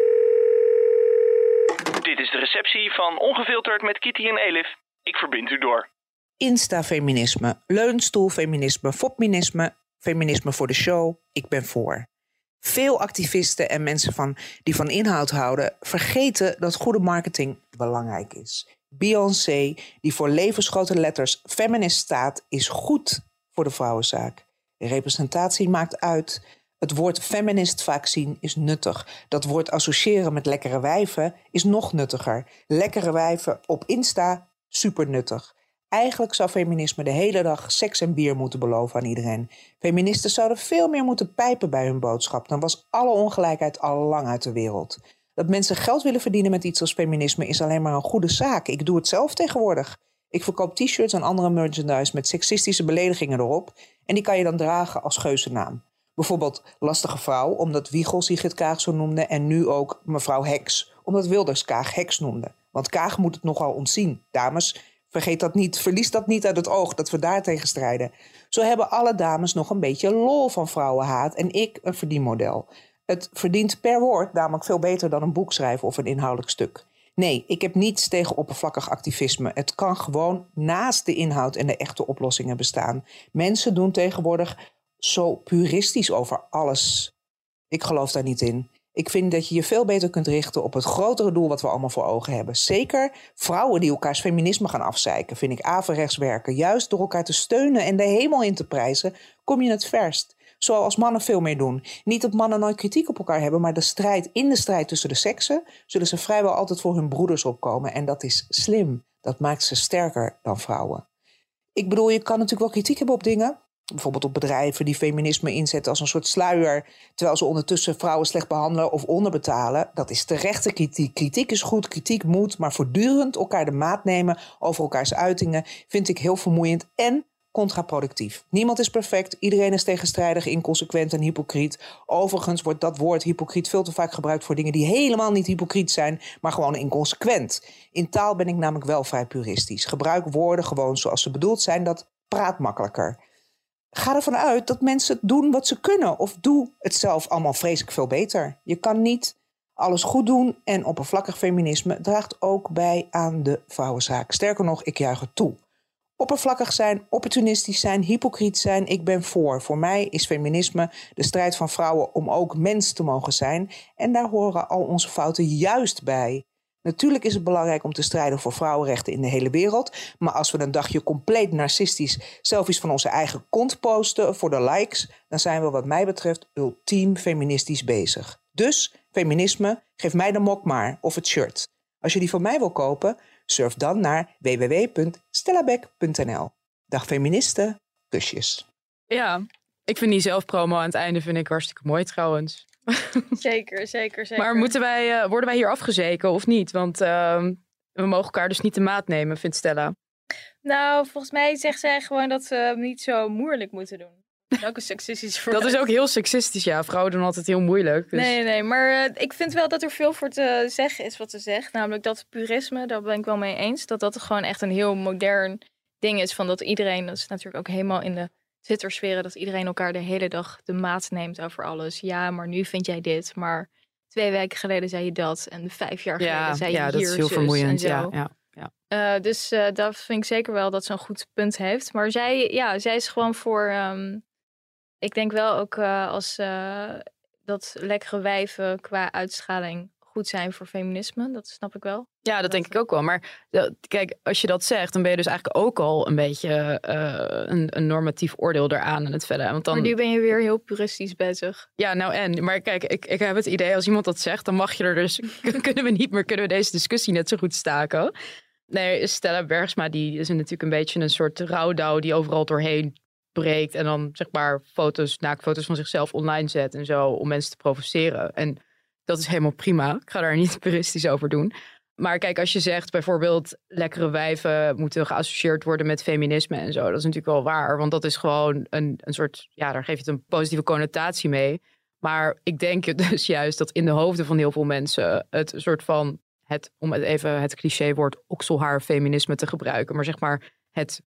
Dit is de receptie van Ongefilterd met Kitty en Elif. Ik verbind u door. Insta-feminisme, leunstoelfeminisme, fopminisme, feminisme voor de show. Ik ben voor. Veel activisten en mensen die van inhoud houden... vergeten dat goede marketing belangrijk is. Beyoncé, die voor levensgrote letters feminist staat... is goed voor de vrouwenzaak. Representatie maakt uit. Het woord feminist vaak zien is nuttig. Dat woord associëren met lekkere wijven is nog nuttiger. Lekkere wijven op Insta, super nuttig. Eigenlijk zou feminisme de hele dag seks en bier moeten beloven aan iedereen. Feministen zouden veel meer moeten pijpen bij hun boodschap. Dan was alle ongelijkheid al lang uit de wereld. Dat mensen geld willen verdienen met iets als feminisme is alleen maar een goede zaak. Ik doe het zelf tegenwoordig. Ik verkoop t-shirts en andere merchandise met seksistische beledigingen erop. En die kan je dan dragen als geuzennaam. Bijvoorbeeld lastige vrouw, omdat Wiegel Sigrid Kaag zo noemde... en nu ook mevrouw Heks, omdat Wilders Kaag Heks noemde. Want Kaag moet het nogal ontzien. Dames, vergeet dat niet, verlies dat niet uit het oog, dat we daar tegen strijden. Zo hebben alle dames nog een beetje lol van vrouwenhaat en ik een verdienmodel. Het verdient per woord namelijk veel beter dan een boek schrijven of een inhoudelijk stuk. Nee, ik heb niets tegen oppervlakkig activisme. Het kan gewoon naast de inhoud en de echte oplossingen bestaan. Mensen doen tegenwoordig zo puristisch over alles. Ik geloof daar niet in. Ik vind dat je je veel beter kunt richten op het grotere doel wat we allemaal voor ogen hebben. Zeker vrouwen die elkaars feminisme gaan afzeiken, vind ik averechts werken. Juist door elkaar te steunen en de hemel in te prijzen, kom je het verst. Zoals mannen veel meer doen. Niet dat mannen nooit kritiek op elkaar hebben, maar in de strijd tussen de seksen zullen ze vrijwel altijd voor hun broeders opkomen. En dat is slim. Dat maakt ze sterker dan vrouwen. Ik bedoel, je kan natuurlijk wel kritiek hebben op dingen, Bijvoorbeeld op bedrijven die feminisme inzetten als een soort sluier, terwijl ze ondertussen vrouwen slecht behandelen of onderbetalen. Dat is terechte kritiek. Kritiek is goed, kritiek moet, maar voortdurend elkaar de maat nemen over elkaars uitingen vind ik heel vermoeiend en contraproductief. Niemand is perfect, iedereen is tegenstrijdig, inconsequent en hypocriet. Overigens wordt dat woord hypocriet veel te vaak gebruikt voor dingen die helemaal niet hypocriet zijn, maar gewoon inconsequent. In taal ben ik namelijk wel vrij puristisch. Gebruik woorden gewoon zoals ze bedoeld zijn, dat praat makkelijker. Ga ervan uit dat mensen doen wat ze kunnen of doe het zelf allemaal vreselijk veel beter. Je kan niet alles goed doen en oppervlakkig feminisme draagt ook bij aan de vrouwenzaak. Sterker nog, ik juich het toe. Oppervlakkig zijn, opportunistisch zijn, hypocriet zijn, ik ben voor. Voor mij is feminisme de strijd van vrouwen om ook mens te mogen zijn. En daar horen al onze fouten juist bij. Natuurlijk is het belangrijk om te strijden voor vrouwenrechten in de hele wereld. Maar als we een dagje compleet narcistisch selfies van onze eigen kont posten voor de likes, dan zijn we wat mij betreft ultiem feministisch bezig. Dus feminisme, geef mij de mok maar of het shirt. Als je die van mij wil kopen, surf dan naar www.stellabek.nl. Dag feministen, kusjes. Ja, ik vind die zelfpromo aan het einde vind ik hartstikke mooi trouwens. Zeker. Maar worden wij hier afgezeken of niet? Want we mogen elkaar dus niet de maat nemen, vindt Stella. Nou, volgens mij zegt zij gewoon dat we niet zo moeilijk moeten doen. Dat is ook een seksistisch Dat is ook heel seksistisch, ja. Vrouwen doen altijd heel moeilijk. Dus... Nee, maar ik vind wel dat er veel voor te zeggen is wat ze zegt. Namelijk dat purisme, daar ben ik wel mee eens. Dat gewoon echt een heel modern ding is. Van dat iedereen, dat is natuurlijk ook helemaal in de Twittersferen, dat iedereen elkaar de hele dag de maat neemt over alles. Ja, maar nu vind jij dit, maar 2 weken geleden zei je dat. En 5 jaar geleden zei je hier, dat is heel vermoeiend, ja. Dus daar vind ik zeker wel dat ze een goed punt heeft. Maar zij is gewoon voor... ik denk wel ook als dat lekkere wijven qua uitstraling goed zijn voor feminisme. Dat snap ik wel. Ja, dat denk ik ook wel. Maar kijk, als je dat zegt, dan ben je dus eigenlijk ook al een beetje een normatief oordeel daaraan aan het vellen. Want dan... Maar nu ben je weer heel puristisch bezig. Ja, maar kijk, ik heb het idee, als iemand dat zegt, dan mag je er dus... kunnen we deze discussie net zo goed staken. Nee, Stella Bergsma, die is natuurlijk een beetje een soort rouwdouw die overal doorheen breekt en dan zeg maar naaktfoto's van zichzelf online zet en zo om mensen te provoceren. En dat is helemaal prima. Ik ga daar niet puristisch over doen. Maar kijk, als je zegt bijvoorbeeld lekkere wijven moeten geassocieerd worden met feminisme en zo, dat is natuurlijk wel waar. Want dat is gewoon een soort, ja, daar geef je het een positieve connotatie mee. Maar ik denk dus juist dat in de hoofden van heel veel mensen het een soort van, om even het clichéwoord okselhaar feminisme te gebruiken, maar zeg maar het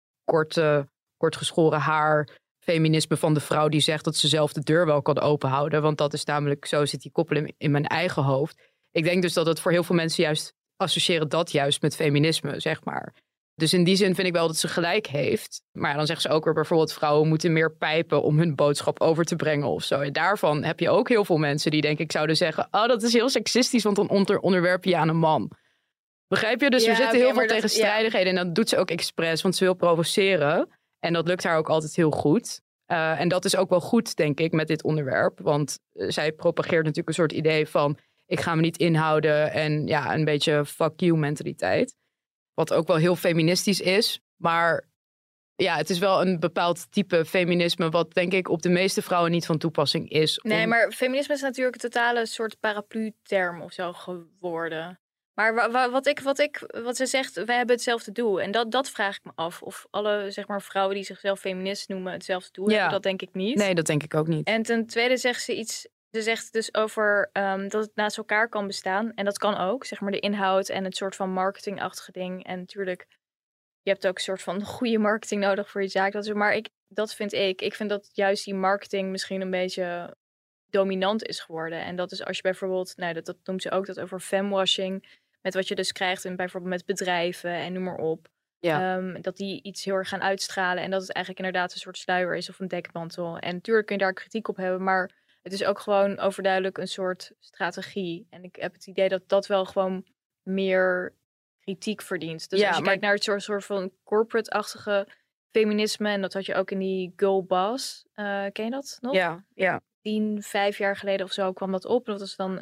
kort geschoren haar feminisme van de vrouw die zegt dat ze zelf de deur wel kan openhouden. Want dat is namelijk, zo zit die koppeling in mijn eigen hoofd. Ik denk dus dat het voor heel veel mensen juist associëren dat juist met feminisme, zeg maar. Dus in die zin vind ik wel dat ze gelijk heeft. Maar dan zegt ze ook weer bijvoorbeeld vrouwen moeten meer pijpen om hun boodschap over te brengen of zo. En daarvan heb je ook heel veel mensen die denk ik zouden zeggen, oh, dat is heel seksistisch, want dan onderwerp je je aan een man. Begrijp je? Dus er zitten heel veel tegenstrijdigheden en dat doet ze ook expres, want ze wil provoceren. En dat lukt haar ook altijd heel goed. En dat is ook wel goed, denk ik, met dit onderwerp. Want zij propageert natuurlijk een soort idee van, ik ga me niet inhouden en ja, een beetje fuck you mentaliteit. Wat ook wel heel feministisch is. Maar ja, het is wel een bepaald type feminisme wat denk ik op de meeste vrouwen niet van toepassing is. Nee, maar feminisme is natuurlijk een totale soort paraplu-term of zo geworden. Maar wat ze zegt, wij hebben hetzelfde doel. En dat vraag ik me af. Of alle zeg maar, vrouwen die zichzelf feminist noemen hetzelfde doel hebben. Dat denk ik niet. Nee, dat denk ik ook niet. En ten tweede zegt ze iets. Ze zegt dus over dat het naast elkaar kan bestaan. En dat kan ook. Zeg maar de inhoud en het soort van marketingachtige ding. En natuurlijk, je hebt ook een soort van goede marketing nodig voor je zaak. Maar dat vind ik. Ik vind dat juist die marketing misschien een beetje dominant is geworden. En dat is als je bijvoorbeeld, dat noemt ze ook, dat over femwashing, met wat je dus krijgt en bijvoorbeeld met bedrijven en noem maar op. Ja. Dat die iets heel erg gaan uitstralen en dat het eigenlijk inderdaad een soort sluier is of een dekmantel. En natuurlijk kun je daar kritiek op hebben, maar het is ook gewoon overduidelijk een soort strategie. En ik heb het idee dat dat wel gewoon meer kritiek verdient. Dus als je kijkt naar het soort van corporate-achtige feminisme, en dat had je ook in die Girl Boss. Ken je dat nog? Ja. 5 jaar geleden of zo kwam dat op. Dat was dan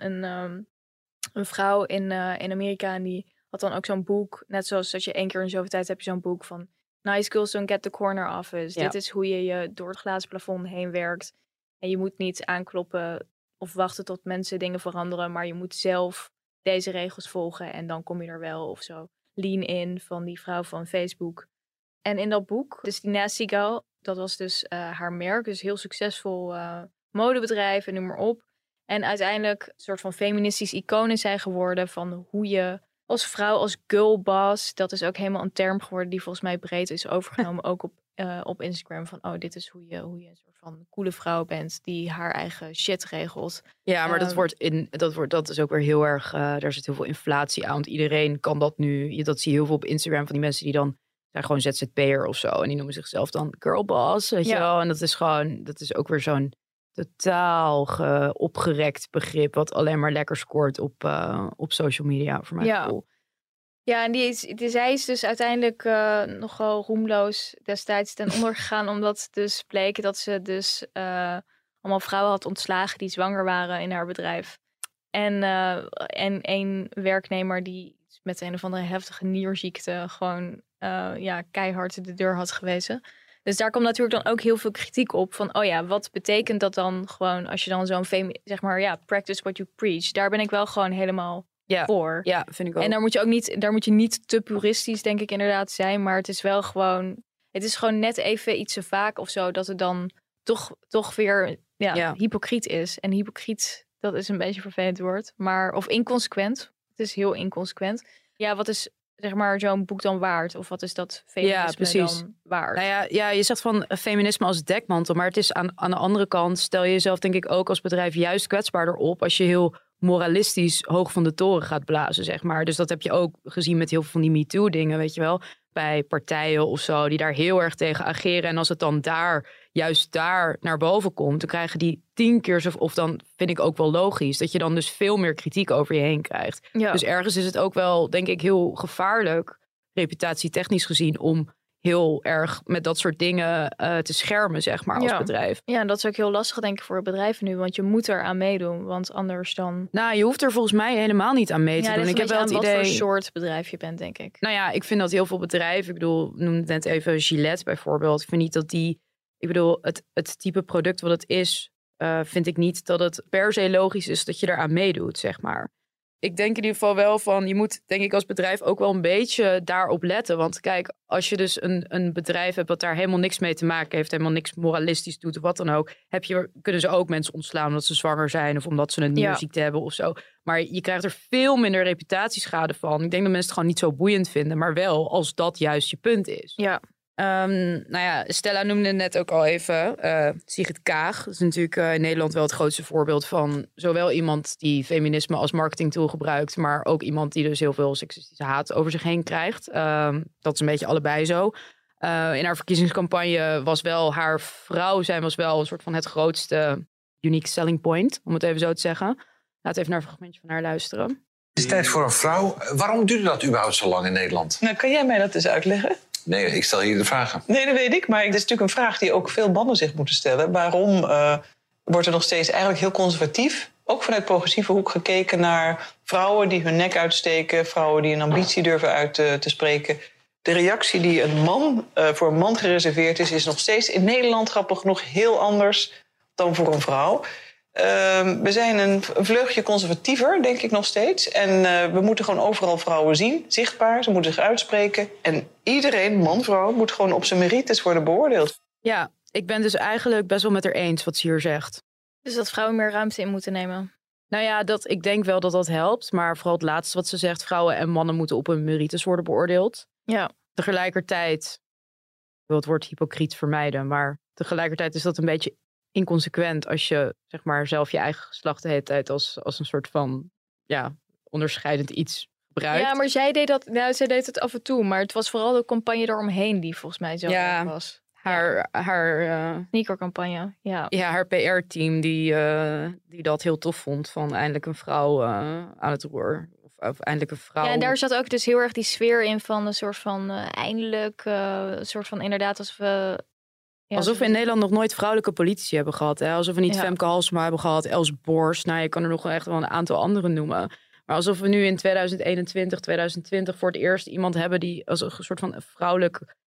een vrouw in Amerika en die had dan ook zo'n boek. Net zoals dat je 1 keer in zoveel tijd heb je zo'n boek van nice girls don't get the corner office. Ja. Dit is hoe je door het glazen plafond heen werkt. En je moet niet aankloppen of wachten tot mensen dingen veranderen. Maar je moet zelf deze regels volgen en dan kom je er wel of zo. Lean in van die vrouw van Facebook. En in dat boek, dus die Nasty Gal, dat was dus haar merk. Dus heel succesvol modebedrijf en noem maar op. En uiteindelijk een soort van feministisch icoon is zij geworden van hoe je als vrouw, als girlboss, dat is ook helemaal een term geworden die volgens mij breed is overgenomen. Ook op Instagram van dit is hoe je een soort van coole vrouw bent die haar eigen shit regelt. Ja, maar dat is ook weer heel erg, daar zit heel veel inflatie aan. Want iedereen kan dat nu, dat zie je heel veel op Instagram van die mensen die dan zijn gewoon ZZP'er of zo. En die noemen zichzelf dan girlboss, weet je wel. En dat is ook weer zo'n totaal opgerekt begrip wat alleen maar lekker scoort op social media, voor mijn gevoel. Ja, en zij is dus uiteindelijk nogal roemloos destijds ten onder gegaan, omdat dus bleek dat ze dus allemaal vrouwen had ontslagen die zwanger waren in haar bedrijf. En één werknemer die met een of andere heftige nierziekte gewoon keihard de deur had gewezen. Dus daar komt natuurlijk dan ook heel veel kritiek op van, wat betekent dat dan gewoon als je dan zo'n practice what you preach. Daar ben ik wel gewoon helemaal voor. Ja, vind ik ook. En daar moet je niet te puristisch, denk ik, inderdaad zijn, maar het is wel gewoon, het is gewoon net even iets te vaak of zo, dat het dan toch weer hypocriet is. En hypocriet, dat is een beetje een vervelend woord, maar of inconsequent. Het is heel inconsequent. Ja, wat is zeg maar zo'n boek dan waard? Of wat is dat feminisme dan waard? Nou ja, je zegt van feminisme als dekmantel, maar het is aan de andere kant, stel je jezelf denk ik ook als bedrijf juist kwetsbaarder op als je heel moralistisch hoog van de toren gaat blazen, zeg maar. Dus dat heb je ook gezien met heel veel van die MeToo dingen, weet je wel. Bij partijen of zo, die daar heel erg tegen ageren. En als het dan juist daar naar boven komt, dan krijgen die 10 keer zo, of dan vind ik ook wel logisch, dat je dan dus veel meer kritiek over je heen krijgt. Ja. Dus ergens is het ook wel, denk ik, heel gevaarlijk, reputatietechnisch gezien, om heel erg met dat soort dingen te schermen, zeg maar, als bedrijf. Ja, en dat is ook heel lastig, denk ik, voor bedrijven nu, want je moet er aan meedoen, want anders dan... Nou, je hoeft er volgens mij helemaal niet aan mee te doen. Ik heb wel het idee wat voor soort bedrijf je bent, denk ik. Nou ja, ik vind dat heel veel bedrijven, ik bedoel, noem net even Gillette bijvoorbeeld. Ik vind niet dat het type product wat het is, vind ik niet dat het per se logisch is dat je eraan meedoet, zeg maar. Ik denk in ieder geval wel van, je moet denk ik als bedrijf ook wel een beetje daarop letten. Want kijk, als je dus een bedrijf hebt wat daar helemaal niks mee te maken heeft, helemaal niks moralistisch doet of wat dan ook, kunnen ze ook mensen ontslaan omdat ze zwanger zijn of omdat ze een nierziekte hebben of zo. Maar je krijgt er veel minder reputatieschade van. Ik denk dat mensen het gewoon niet zo boeiend vinden, maar wel als dat juist je punt is. Ja. Stella noemde net ook al even Sigrid Kaag. Dat is natuurlijk in Nederland wel het grootste voorbeeld van zowel iemand die feminisme als marketingtool gebruikt, maar ook iemand die dus heel veel seksistische haat over zich heen krijgt. Dat is een beetje allebei zo. In haar verkiezingscampagne was wel haar vrouw zijn was wel een soort van het grootste unique selling point, om het even zo te zeggen. Laat even naar een fragmentje van haar luisteren. Het is tijd voor een vrouw. Waarom duurde dat überhaupt zo lang in Nederland? Nou, kan jij mij dat eens uitleggen? Nee, ik stel hier de vragen. Nee, dat weet ik. Maar het is natuurlijk een vraag die ook veel mannen zich moeten stellen. Waarom wordt er nog steeds eigenlijk heel conservatief, ook vanuit progressieve hoek, gekeken naar vrouwen die hun nek uitsteken, vrouwen die een ambitie durven uit te spreken? De reactie die voor een man gereserveerd is nog steeds in Nederland, grappig genoeg, heel anders dan voor een vrouw. We zijn een vleugje conservatiever, denk ik nog steeds. En we moeten gewoon overal vrouwen zien, zichtbaar. Ze moeten zich uitspreken. En iedereen, man, vrouw, moet gewoon op zijn merites worden beoordeeld. Ja, ik ben dus eigenlijk best wel met haar eens wat ze hier zegt. Dus dat vrouwen meer ruimte in moeten nemen? Nou ja, ik denk wel dat dat helpt. Maar vooral het laatste wat ze zegt, vrouwen en mannen moeten op hun merites worden beoordeeld. Ja. Tegelijkertijd, ik wil het woord hypocriet vermijden, maar tegelijkertijd is dat een beetje inconsequent als je zeg maar zelf je eigen geslacht de hele tijd als een soort van onderscheidend iets gebruikt. Ja, maar zij deed het af en toe, maar het was vooral de campagne daaromheen die volgens mij zo was. Haar sneakercampagne, ja, haar PR-team die dat heel tof vond van eindelijk een vrouw aan het roer. Of eindelijk een vrouw. Ja, en daar zat ook dus heel erg die sfeer in van een soort van eindelijk, een soort van inderdaad als we... Ja, alsof we in Nederland nog nooit vrouwelijke politici hebben gehad. Hè? Alsof we niet Femke Halsema hebben gehad, Els Borst. Nou, je kan er nog echt wel een aantal anderen noemen. Maar alsof we nu in 2021, 2020 voor het eerst iemand hebben die als een soort van vrouwelijk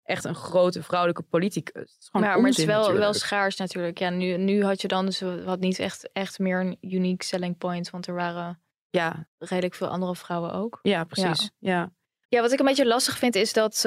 echt een grote vrouwelijke politicus. Het is gewoon maar het is onzin, wel schaars natuurlijk. Ja, nu had je dan dus wat niet echt meer een unique selling point. Want er waren redelijk veel andere vrouwen ook. Ja, precies. Ja. Ja, wat ik een beetje lastig vind is dat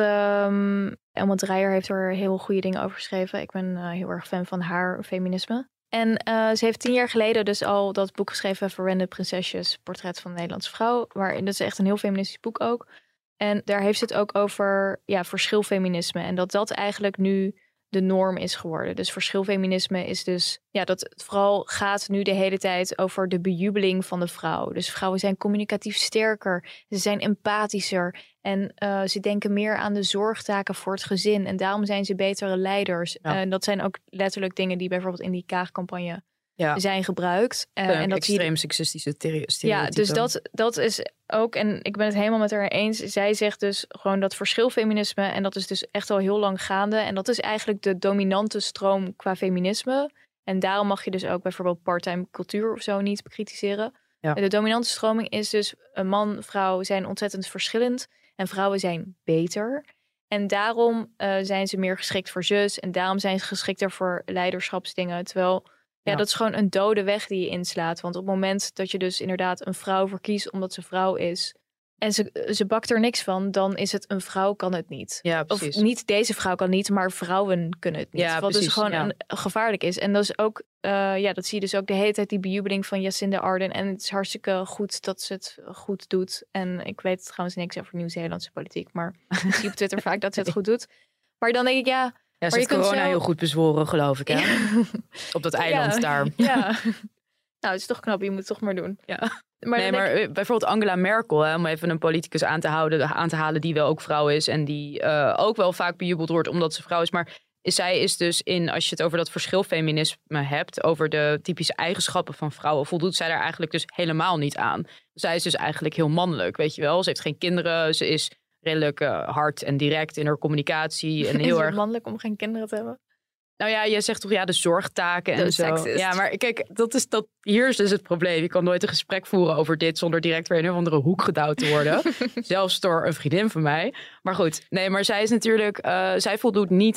Elma Dreyer heeft er heel goede dingen over geschreven. Ik ben heel erg fan van haar feminisme. En ze heeft 10 jaar geleden dus al dat boek geschreven, Verwende Prinsesjes, Portret van een Nederlandse Vrouw. Dat is echt een heel feministisch boek ook. En daar heeft ze het ook over verschilfeminisme. En dat eigenlijk nu de norm is geworden. Dus verschilfeminisme is dus dat het vooral gaat nu de hele tijd over de bejubeling van de vrouw. Dus vrouwen zijn communicatief sterker. Ze zijn empathischer. En ze denken meer aan de zorgtaken voor het gezin. En daarom zijn ze betere leiders. En dat zijn ook letterlijk dingen die bijvoorbeeld in die Kaag-campagne zijn gebruikt. En dat extreem seksistische stereotypen. Ja, dus dat is ook, en ik ben het helemaal met haar eens. Zij zegt dus gewoon dat verschilfeminisme, en dat is dus echt al heel lang gaande. En dat is eigenlijk de dominante stroom qua feminisme. En daarom mag je dus ook bijvoorbeeld part-time cultuur of zo niet bekritiseren. Ja. De dominante stroming is dus een man, vrouw zijn ontzettend verschillend. En vrouwen zijn beter. En daarom zijn ze meer geschikt voor zus. En daarom zijn ze geschikter voor leiderschapsdingen. Terwijl dat is gewoon een dode weg die je inslaat. Want op het moment dat je dus inderdaad een vrouw verkiest omdat ze vrouw is en ze bakt er niks van, dan is het een vrouw kan het niet. Ja, precies. Of niet deze vrouw kan niet, maar vrouwen kunnen het niet. Ja, wat precies, dus gewoon gevaarlijk is. En dat is ook, dat zie je dus ook de hele tijd, die bejubeling van Jacinda Ardern. En het is hartstikke goed dat ze het goed doet. En ik weet trouwens niks over Nieuw-Zeelandse politiek, maar ik zie op Twitter vaak dat ze het goed doet. Maar dan denk ik, ja, ze heeft corona heel goed bezworen, geloof ik. Hè? Ja. Op dat eiland daar. Ja. Nou, het is toch knap. Je moet het toch maar doen. Ja. Maar bijvoorbeeld Angela Merkel, hè, om even een politicus aan te halen die wel ook vrouw is. En die ook wel vaak bejubeld wordt omdat ze vrouw is. Maar zij is dus als je het over dat verschilfeminisme hebt, over de typische eigenschappen van vrouwen, voldoet zij daar eigenlijk dus helemaal niet aan. Zij is dus eigenlijk heel mannelijk, weet je wel. Ze heeft geen kinderen, ze is redelijk hard en direct in haar communicatie. En heel is erg mannelijk om geen kinderen te hebben? Nou ja, je zegt toch de zorgtaken en zo. Sexist. Ja, maar kijk, hier is dus het probleem. Je kan nooit een gesprek voeren over dit zonder direct weer in een of andere hoek gedouwd te worden. Zelfs door een vriendin van mij. Maar goed, maar zij is natuurlijk, zij voldoet niet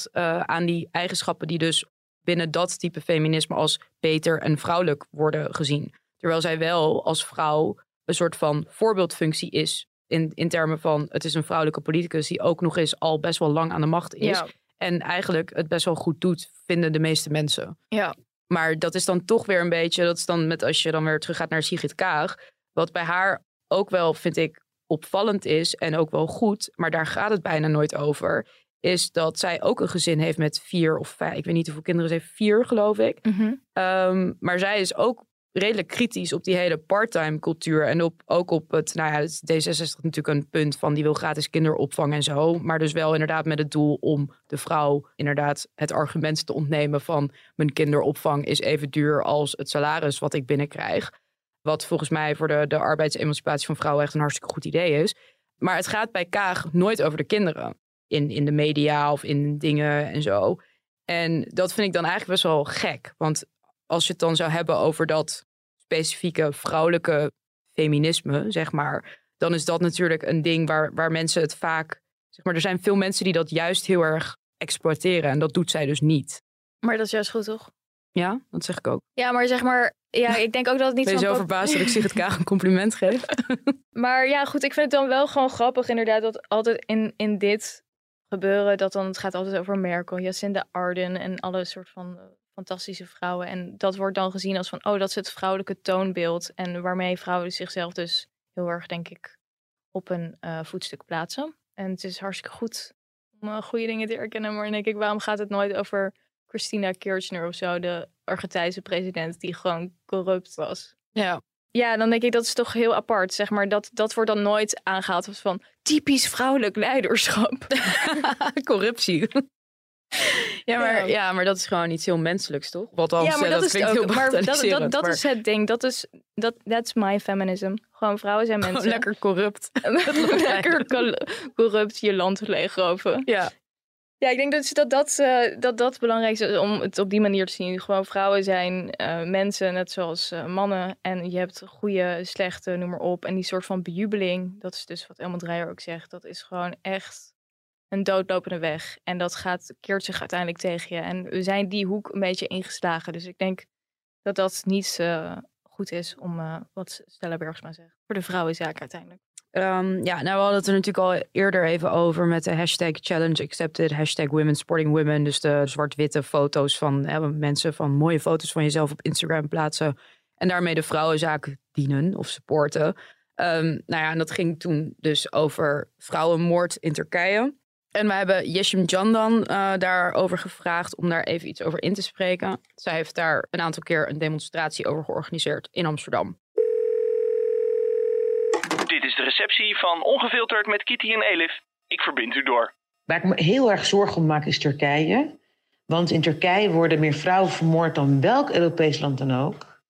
aan die eigenschappen die dus binnen dat type feminisme als beter en vrouwelijk worden gezien. Terwijl zij wel als vrouw een soort van voorbeeldfunctie is in termen van het is een vrouwelijke politicus die ook nog eens al best wel lang aan de macht is. Ja. En eigenlijk het best wel goed doet, vinden de meeste mensen. Ja. Maar dat is dan toch weer een beetje, dat is dan met als je dan weer terug gaat naar Sigrid Kaag. Wat bij haar ook wel, vind ik, opvallend is en ook wel goed, maar daar gaat het bijna nooit over, is dat zij ook een gezin heeft met 4 of 5, ik weet niet hoeveel kinderen ze heeft, 4 geloof ik. Mm-hmm. Maar zij is ook redelijk kritisch op die hele part-time cultuur. En ook op het, D66 natuurlijk een punt van die wil gratis kinderopvang en zo. Maar dus wel inderdaad met het doel om de vrouw inderdaad het argument te ontnemen van mijn kinderopvang is even duur als het salaris wat ik binnenkrijg. Wat volgens mij voor de arbeidsemancipatie van vrouwen echt een hartstikke goed idee is. Maar het gaat bij Kaag nooit over de kinderen. In de media of in dingen en zo. En dat vind ik dan eigenlijk best wel gek. Want als je het dan zou hebben over dat specifieke vrouwelijke feminisme, zeg maar, dan is dat natuurlijk een ding waar mensen het vaak, zeg maar, er zijn veel mensen die dat juist heel erg exploiteren en dat doet zij dus niet. Maar dat is juist goed, toch? Ja, dat zeg ik ook. Ja, maar zeg maar, ik denk ook dat het niet ben je zo verbaasd dat ik Sigrid Kaag een compliment geef? Maar ja, goed, ik vind het dan wel gewoon grappig inderdaad dat altijd in dit gebeuren, dat dan het gaat altijd over Merkel, Jacinda Ardern en alle soort van fantastische vrouwen. En dat wordt dan gezien als van, dat is het vrouwelijke toonbeeld. En waarmee vrouwen zichzelf dus heel erg, denk ik, op een voetstuk plaatsen. En het is hartstikke goed om goede dingen te erkennen. Maar dan denk ik, waarom gaat het nooit over Christina Kirchner of zo, de Argentijnse president die gewoon corrupt was? Ja. Ja, dan denk ik, dat is toch heel apart. Zeg maar, dat wordt dan nooit aangehaald als van typisch vrouwelijk leiderschap. Corruptie. Ja, maar dat is gewoon iets heel menselijks, toch? Wat dan, ja, maar dat is klinkt het ook. heel dat is het ding. That's my feminism. Gewoon vrouwen zijn mensen. Gewoon lekker corrupt. Lekker corrupt je land leegroven. Ja. Ja, ik denk dat het belangrijkste is om het op die manier te zien. Gewoon vrouwen zijn mensen, net zoals mannen. En je hebt goede, slechte, noem maar op. En die soort van bejubeling, dat is dus wat Elma Dreyer ook zegt. Dat is gewoon echt een doodlopende weg. En dat keert zich uiteindelijk tegen je. En we zijn die hoek een beetje ingeslagen. Dus ik denk dat dat niet goed is om wat Stella Bergsma zegt. Voor de vrouwenzaak uiteindelijk. We hadden het er natuurlijk al eerder even over met de hashtag challenge accepted, hashtag women supporting women. Dus de zwart-witte foto's van mensen van mooie foto's van jezelf op Instagram plaatsen. En daarmee de vrouwenzaak dienen of supporten. En dat ging toen dus over vrouwenmoord in Turkije. En we hebben Yeşim Candan daarover gevraagd om daar even iets over in te spreken. Zij heeft daar een aantal keer een demonstratie over georganiseerd in Amsterdam. Dit is de receptie van Ongefilterd met Kitty en Elif. Ik verbind u door. Waar ik me heel erg zorgen om maak is Turkije. Want in Turkije worden meer vrouwen vermoord dan welk Europees land dan ook.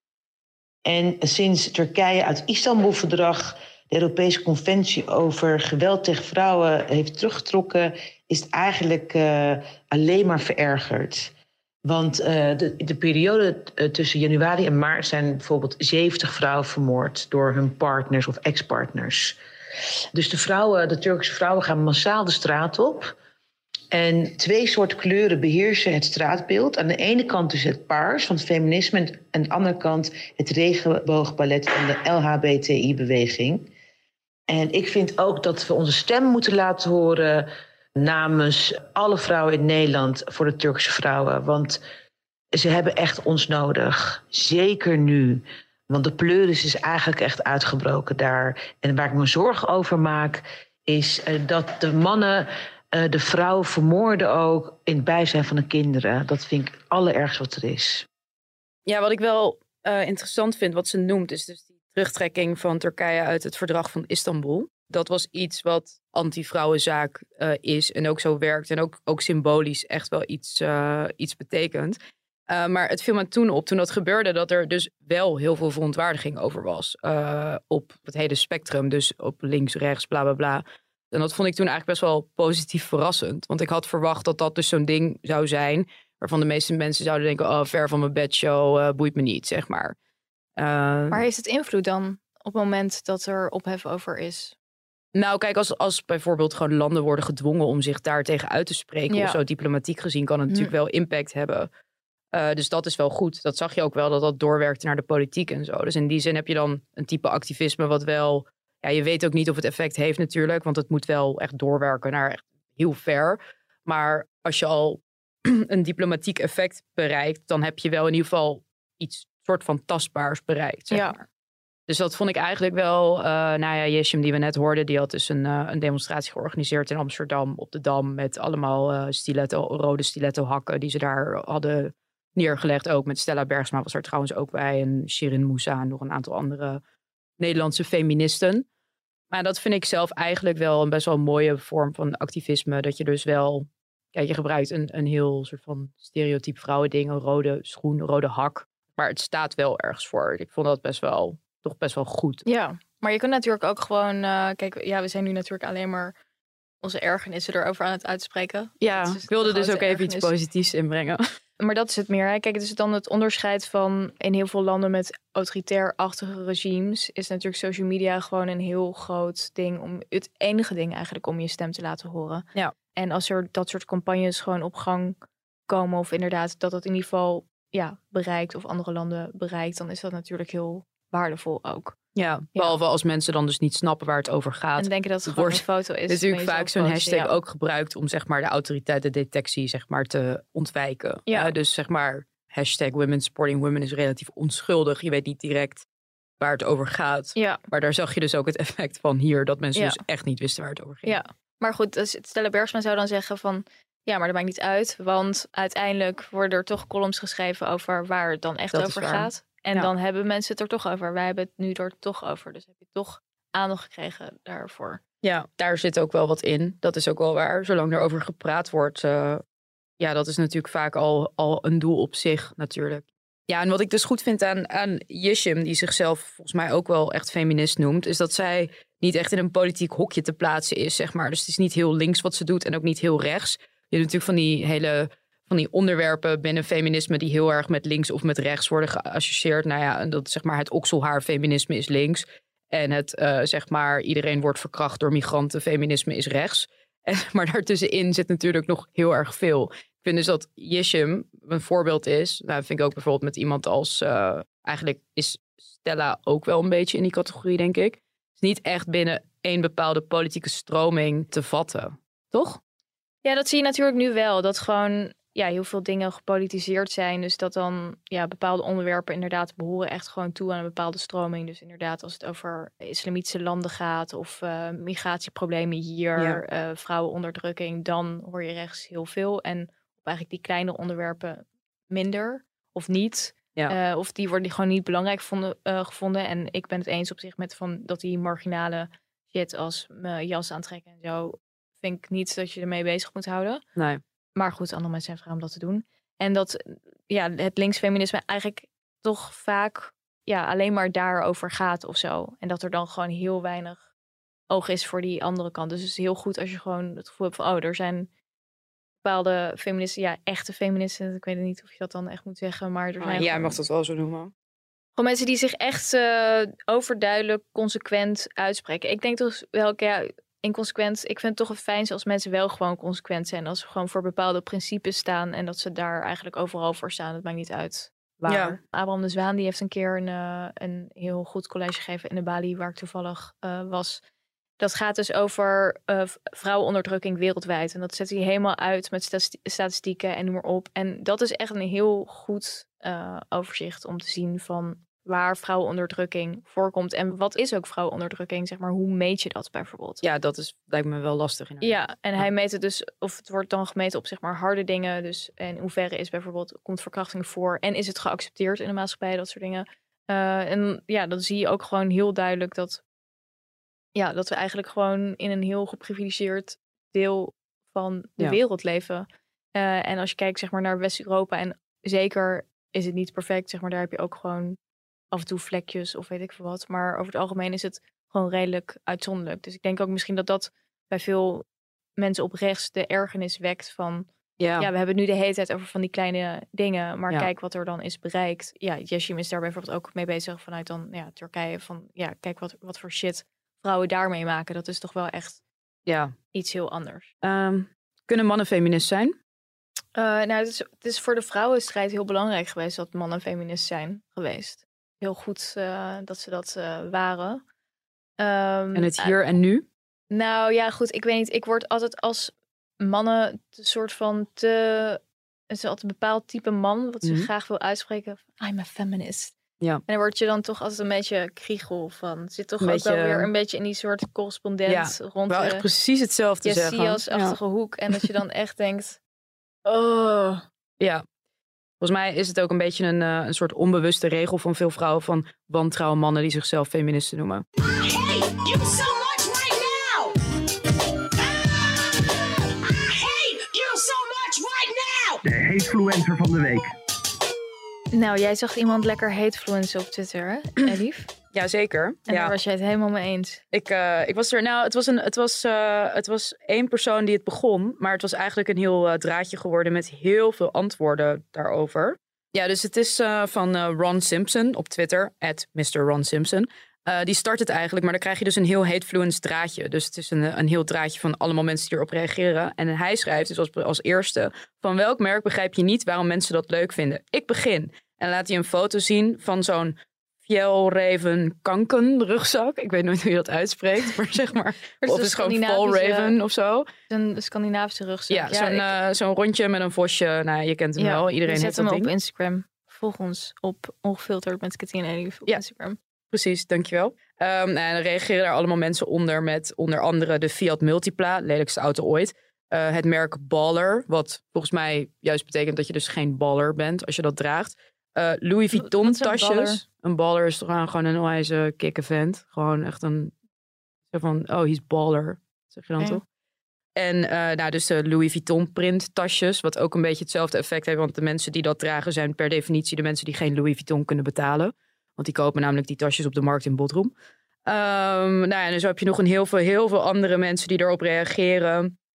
En sinds Turkije uit het Istanbul-verdrag, de Europese Conventie over geweld tegen vrouwen, heeft teruggetrokken, is het eigenlijk alleen maar verergerd. Want de periode tussen januari en maart zijn bijvoorbeeld 70 vrouwen vermoord door hun partners of ex-partners. Dus de Turkse vrouwen gaan massaal de straat op. En 2 soorten kleuren beheersen het straatbeeld. Aan de ene kant dus het paars van het feminisme en aan de andere kant het regenboogballet van de LHBTI-beweging. En ik vind ook dat we onze stem moeten laten horen namens alle vrouwen in Nederland voor de Turkse vrouwen. Want ze hebben echt ons nodig. Zeker nu. Want de pleuris is eigenlijk echt uitgebroken daar. En waar ik me zorgen over maak is dat de mannen de vrouwen vermoorden ook in het bijzijn van de kinderen. Dat vind ik het allerergste wat er is. Ja, wat ik wel interessant vind, wat ze noemt, is dus die terugtrekking van Turkije uit het verdrag van Istanbul. Dat was iets wat anti-vrouwenzaak is en ook zo werkt en ook symbolisch echt wel iets betekent. Maar het viel me toen op, toen dat gebeurde, dat er dus wel heel veel verontwaardiging over was. Op het hele spectrum, dus op links, rechts, bla bla bla. En dat vond ik toen eigenlijk best wel positief verrassend. Want ik had verwacht dat dat dus zo'n ding zou zijn waarvan de meeste mensen zouden denken, oh, ver van mijn bedshow, boeit me niet, zeg maar. Maar heeft het invloed dan op het moment dat er ophef over is? Nou, kijk, als bijvoorbeeld gewoon landen worden gedwongen om zich daar tegen uit te spreken of zo, diplomatiek gezien, kan het natuurlijk wel impact hebben. Dus dat is wel goed. Dat zag je ook wel, dat doorwerkte naar de politiek en zo. Dus in die zin heb je dan een type activisme wat wel, ja, je weet ook niet of het effect heeft natuurlijk, want het moet wel echt doorwerken naar echt heel ver. Maar als je al een diplomatiek effect bereikt, dan heb je wel in ieder geval iets soort van tastbaars bereikt, zeg maar. Dus dat vond ik eigenlijk wel, Yeşim die we net hoorden, die had dus een demonstratie georganiseerd in Amsterdam op de Dam met allemaal rode stiletto hakken die ze daar hadden neergelegd. Ook met Stella Bergsma was er trouwens ook bij en Shirin Musa en nog een aantal andere Nederlandse feministen. Maar dat vind ik zelf eigenlijk wel een best wel mooie vorm van activisme. Dat je dus wel, kijk, je gebruikt een heel soort van stereotyp vrouwending, een rode schoen, een rode hak. Maar het staat wel ergens voor. Ik vond dat toch best wel goed. Ja, maar je kunt natuurlijk ook gewoon, kijk, ja, we zijn nu natuurlijk alleen maar onze ergernissen erover aan het uitspreken. Ja, ik wilde dus ook even iets positiefs inbrengen. Maar dat is het meer. Hè? Kijk, het is dan het onderscheid van in heel veel landen met autoritair-achtige regimes is natuurlijk social media gewoon een heel groot ding, het enige ding eigenlijk om je stem te laten horen. Ja. En als er dat soort campagnes gewoon op gang komen of inderdaad dat in ieder geval bereikt of andere landen bereikt, dan is dat natuurlijk heel waardevol ook. Ja, behalve als mensen dan dus niet snappen waar het over gaat. En denken dat het gewoon een foto is. Natuurlijk vaak zo'n hashtag ook gebruikt om zeg maar de autoriteitendetectie zeg maar te ontwijken. Ja. Dus zeg maar hashtag women supporting women is relatief onschuldig. Je weet niet direct waar het over gaat. Ja. Maar daar zag je dus ook het effect van hier, dat mensen dus echt niet wisten waar het over ging. Ja, maar goed, dus Stella Bergsma zou dan zeggen van, ja, maar dat maakt niet uit. Want uiteindelijk worden er toch columns geschreven over waar het dan echt over gaat. En dan hebben mensen het er toch over. Wij hebben het nu er toch over. Dus heb je toch aandacht gekregen daarvoor. Ja, daar zit ook wel wat in. Dat is ook wel waar. Zolang er over gepraat wordt. Dat is natuurlijk vaak al een doel op zich natuurlijk. Ja, en wat ik dus goed vind aan Yeşim, die zichzelf volgens mij ook wel echt feminist noemt, is dat zij niet echt in een politiek hokje te plaatsen is, zeg maar. Dus het is niet heel links wat ze doet en ook niet heel rechts. Je hebt natuurlijk van die onderwerpen binnen feminisme die heel erg met links of met rechts worden geassocieerd. Nou ja, dat zeg maar het okselhaar-feminisme is links. En het zeg maar iedereen wordt verkracht door migranten feminisme is rechts. Maar daartussenin zit natuurlijk nog heel erg veel. Ik vind dus dat Yishim een voorbeeld is. Nou, dat vind ik ook bijvoorbeeld met iemand als... eigenlijk is Stella ook wel een beetje in die categorie, denk ik. Is niet echt binnen één bepaalde politieke stroming te vatten. Toch? Ja, dat zie je natuurlijk nu wel. Dat gewoon heel veel dingen gepolitiseerd zijn. Dus dat dan bepaalde onderwerpen inderdaad behoren echt gewoon toe aan een bepaalde stroming. Dus inderdaad als het over islamitische landen gaat of migratieproblemen hier, vrouwenonderdrukking, dan hoor je rechts heel veel. En op eigenlijk die kleine onderwerpen minder of niet. Ja. Of die worden gewoon niet belangrijk gevonden. En ik ben het eens op zich met dat die marginale shit als mijn jas aantrekken en zo, vind ik niet dat je ermee bezig moet houden. Nee. Maar goed, andere mensen zijn vrij om dat te doen. En dat het linksfeminisme eigenlijk toch vaak alleen maar daarover gaat of zo. En dat er dan gewoon heel weinig oog is voor die andere kant. Dus het is heel goed als je gewoon het gevoel hebt van er zijn bepaalde feministen, echte feministen. Ik weet niet of je dat dan echt moet zeggen, maar er zijn jij mag dat wel zo noemen. Gewoon mensen die zich echt overduidelijk, consequent uitspreken. Ik denk toch wel, inconsequent. Ik vind het toch het fijnste als mensen wel gewoon consequent zijn. Als ze gewoon voor bepaalde principes staan en dat ze daar eigenlijk overal voor staan. Het maakt niet uit waar. Ja. Abraham de Zwaan die heeft een keer een heel goed college gegeven in de Bali waar ik toevallig was. Dat gaat dus over vrouwenonderdrukking wereldwijd. En dat zet hij helemaal uit met statistieken en noem maar op. En dat is echt een heel goed overzicht om te zien van waar vrouwenonderdrukking voorkomt. En wat is ook vrouwenonderdrukking? Zeg maar, hoe meet je dat bijvoorbeeld? Ja, lijkt me wel lastig. Ja, en hij meet het dus, of het wordt dan gemeten op zeg maar harde dingen. Dus in hoeverre is bijvoorbeeld, komt verkrachting voor? En is het geaccepteerd in de maatschappij, dat soort dingen? En dan zie je ook gewoon heel duidelijk dat we eigenlijk gewoon in een heel geprivilegeerd deel van de wereld leven. En als je kijkt zeg maar naar West-Europa, en zeker is het niet perfect, zeg maar, daar heb je ook gewoon af en toe vlekjes of weet ik veel wat. Maar over het algemeen is het gewoon redelijk uitzonderlijk. Dus ik denk ook misschien dat bij veel mensen op rechts de ergernis wekt van we hebben het nu de hele tijd over van die kleine dingen, maar kijk wat er dan is bereikt. Ja, Yeshim is daar bijvoorbeeld ook mee bezig vanuit dan Turkije, van kijk wat voor shit vrouwen daarmee maken. Dat is toch wel echt iets heel anders. Kunnen mannen feminist zijn? Het is voor de vrouwenstrijd heel belangrijk geweest dat mannen feminist zijn geweest. Heel goed dat ze dat waren. En het hier en nu? Nou ja, goed. Ik weet niet. Ik word altijd als mannen een soort van het is altijd een bepaald type man wat ze graag wil uitspreken. I'm a feminist. Ja. En dan word je dan toch altijd een beetje kriegel van. Het zit toch ook wel weer een beetje in die soort correspondent rond. Wel echt precies hetzelfde zeggen. Messias-achtige hoek. En dat je dan echt denkt, oh. Ja. Volgens mij is het ook een beetje een soort onbewuste regel van veel vrouwen van wantrouwen mannen die zichzelf feministen noemen. I hate you so much right now. I hate you so much right now. De hatefluencer van de week. Nou, jij zag iemand lekker hatefluencer op Twitter, hè, Elif? Jazeker. En daar was jij het helemaal mee eens. Ik was er. Nou, het was één persoon die het begon, maar het was eigenlijk een heel draadje geworden met heel veel antwoorden daarover. Ja, dus het is van Ron Simpson op Twitter, @Mr. Ron Simpson. Die start het eigenlijk, maar dan krijg je dus een heel hatefluence draadje. Dus het is een heel draadje van allemaal mensen die erop reageren. En hij schrijft dus als eerste: van welk merk begrijp je niet waarom mensen dat leuk vinden? Ik begin. En laat hij een foto zien van zo'n Fjällräven Kanken rugzak. Ik weet nooit hoe je dat uitspreekt, maar zeg maar. Of het is gewoon Fjällräven of zo. Een Scandinavische rugzak. Ja, zo'n rondje met een vosje. Nou, je kent hem wel. Iedereen heeft dat ding. Op Instagram. Volg ons op Ongefilterd met Katie en Elif op Instagram. Precies, dankjewel. En dan reageren daar allemaal mensen onder met onder andere de Fiat Multipla, lelijkste auto ooit. Het merk Baller, wat volgens mij juist betekent dat je dus geen baller bent als je dat draagt. Louis Vuitton tasjes. Een baller is toch gewoon een onwijze kikke-vent. Gewoon echt een zo van, he's baller, zeg je dan toch? En dus de Louis Vuitton print tasjes, wat ook een beetje hetzelfde effect heeft. Want de mensen die dat dragen zijn per definitie de mensen die geen Louis Vuitton kunnen betalen. Want die kopen namelijk die tasjes op de markt in Bodrum. En zo heb je nog heel veel andere mensen die erop reageren.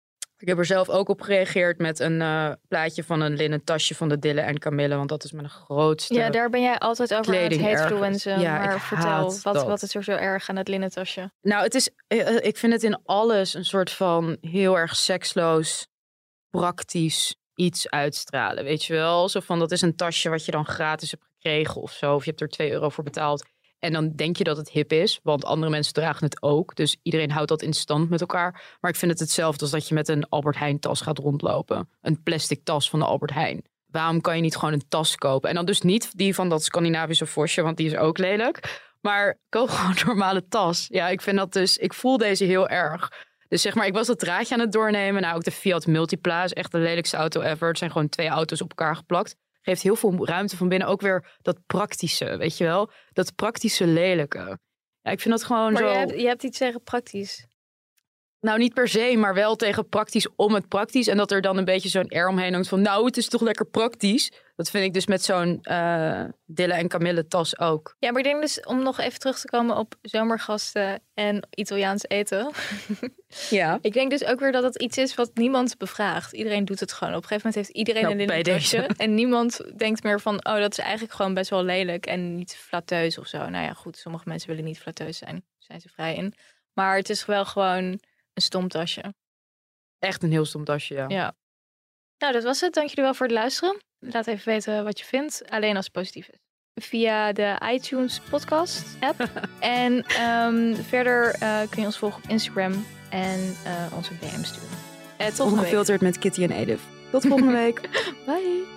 Ik heb er zelf ook op gereageerd met een plaatje van een linnen tasje van de Dille en Camille. Want dat is mijn grootste. Ja, daar ben jij altijd over aan het hatefluencen. Ja, maar vertel, wat is er zo erg aan het linnen tasje? Nou, ik vind het in alles een soort van heel erg seksloos, praktisch iets uitstralen. Weet je wel? Zo van, dat is een tasje wat je dan gratis hebt gekregen of zo. Of je hebt er €2 voor betaald. En dan denk je dat het hip is, want andere mensen dragen het ook. Dus iedereen houdt dat in stand met elkaar. Maar ik vind het hetzelfde als dat je met een Albert Heijn tas gaat rondlopen. Een plastic tas van de Albert Heijn. Waarom kan je niet gewoon een tas kopen? En dan dus niet die van dat Scandinavische vosje, want die is ook lelijk. Maar koop gewoon een normale tas. Ja, ik vind dat dus, ik voel deze heel erg. Dus zeg maar, ik was dat draadje aan het doornemen. Nou, ook de Fiat Multipla is echt de lelijkste auto ever. Het zijn gewoon 2 auto's op elkaar geplakt. Geeft heel veel ruimte van binnen. Ook weer dat praktische, weet je wel? Dat praktische lelijke. Ja, ik vind dat gewoon maar zo... Je hebt iets tegen praktisch. Nou, niet per se, maar wel tegen praktisch om het praktisch. En dat er dan een beetje zo'n air omheen hangt van... nou, het is toch lekker praktisch. Dat vind ik dus met zo'n Dille en Camille tas ook. Ja, maar ik denk dus, om nog even terug te komen op zomergasten en Italiaans eten. Ja. Ik denk dus ook weer dat het iets is wat niemand bevraagt. Iedereen doet het gewoon. Op een gegeven moment heeft iedereen een linnen tasje. En niemand denkt meer van, oh, dat is eigenlijk gewoon best wel lelijk. En niet flatteus of zo. Nou ja, goed, sommige mensen willen niet flatteus zijn. Daar zijn ze vrij in. Maar het is wel gewoon een stom tasje. Echt een heel stom tasje, ja. Ja. Nou, dat was het. Dank jullie wel voor het luisteren. Laat even weten wat je vindt. Alleen als het positief is. Via de iTunes podcast app. En verder kun je ons volgen op Instagram. En onze DM sturen. Tot volgende week. Ongefilterd met Kitty en Edith. Tot volgende week. Bye.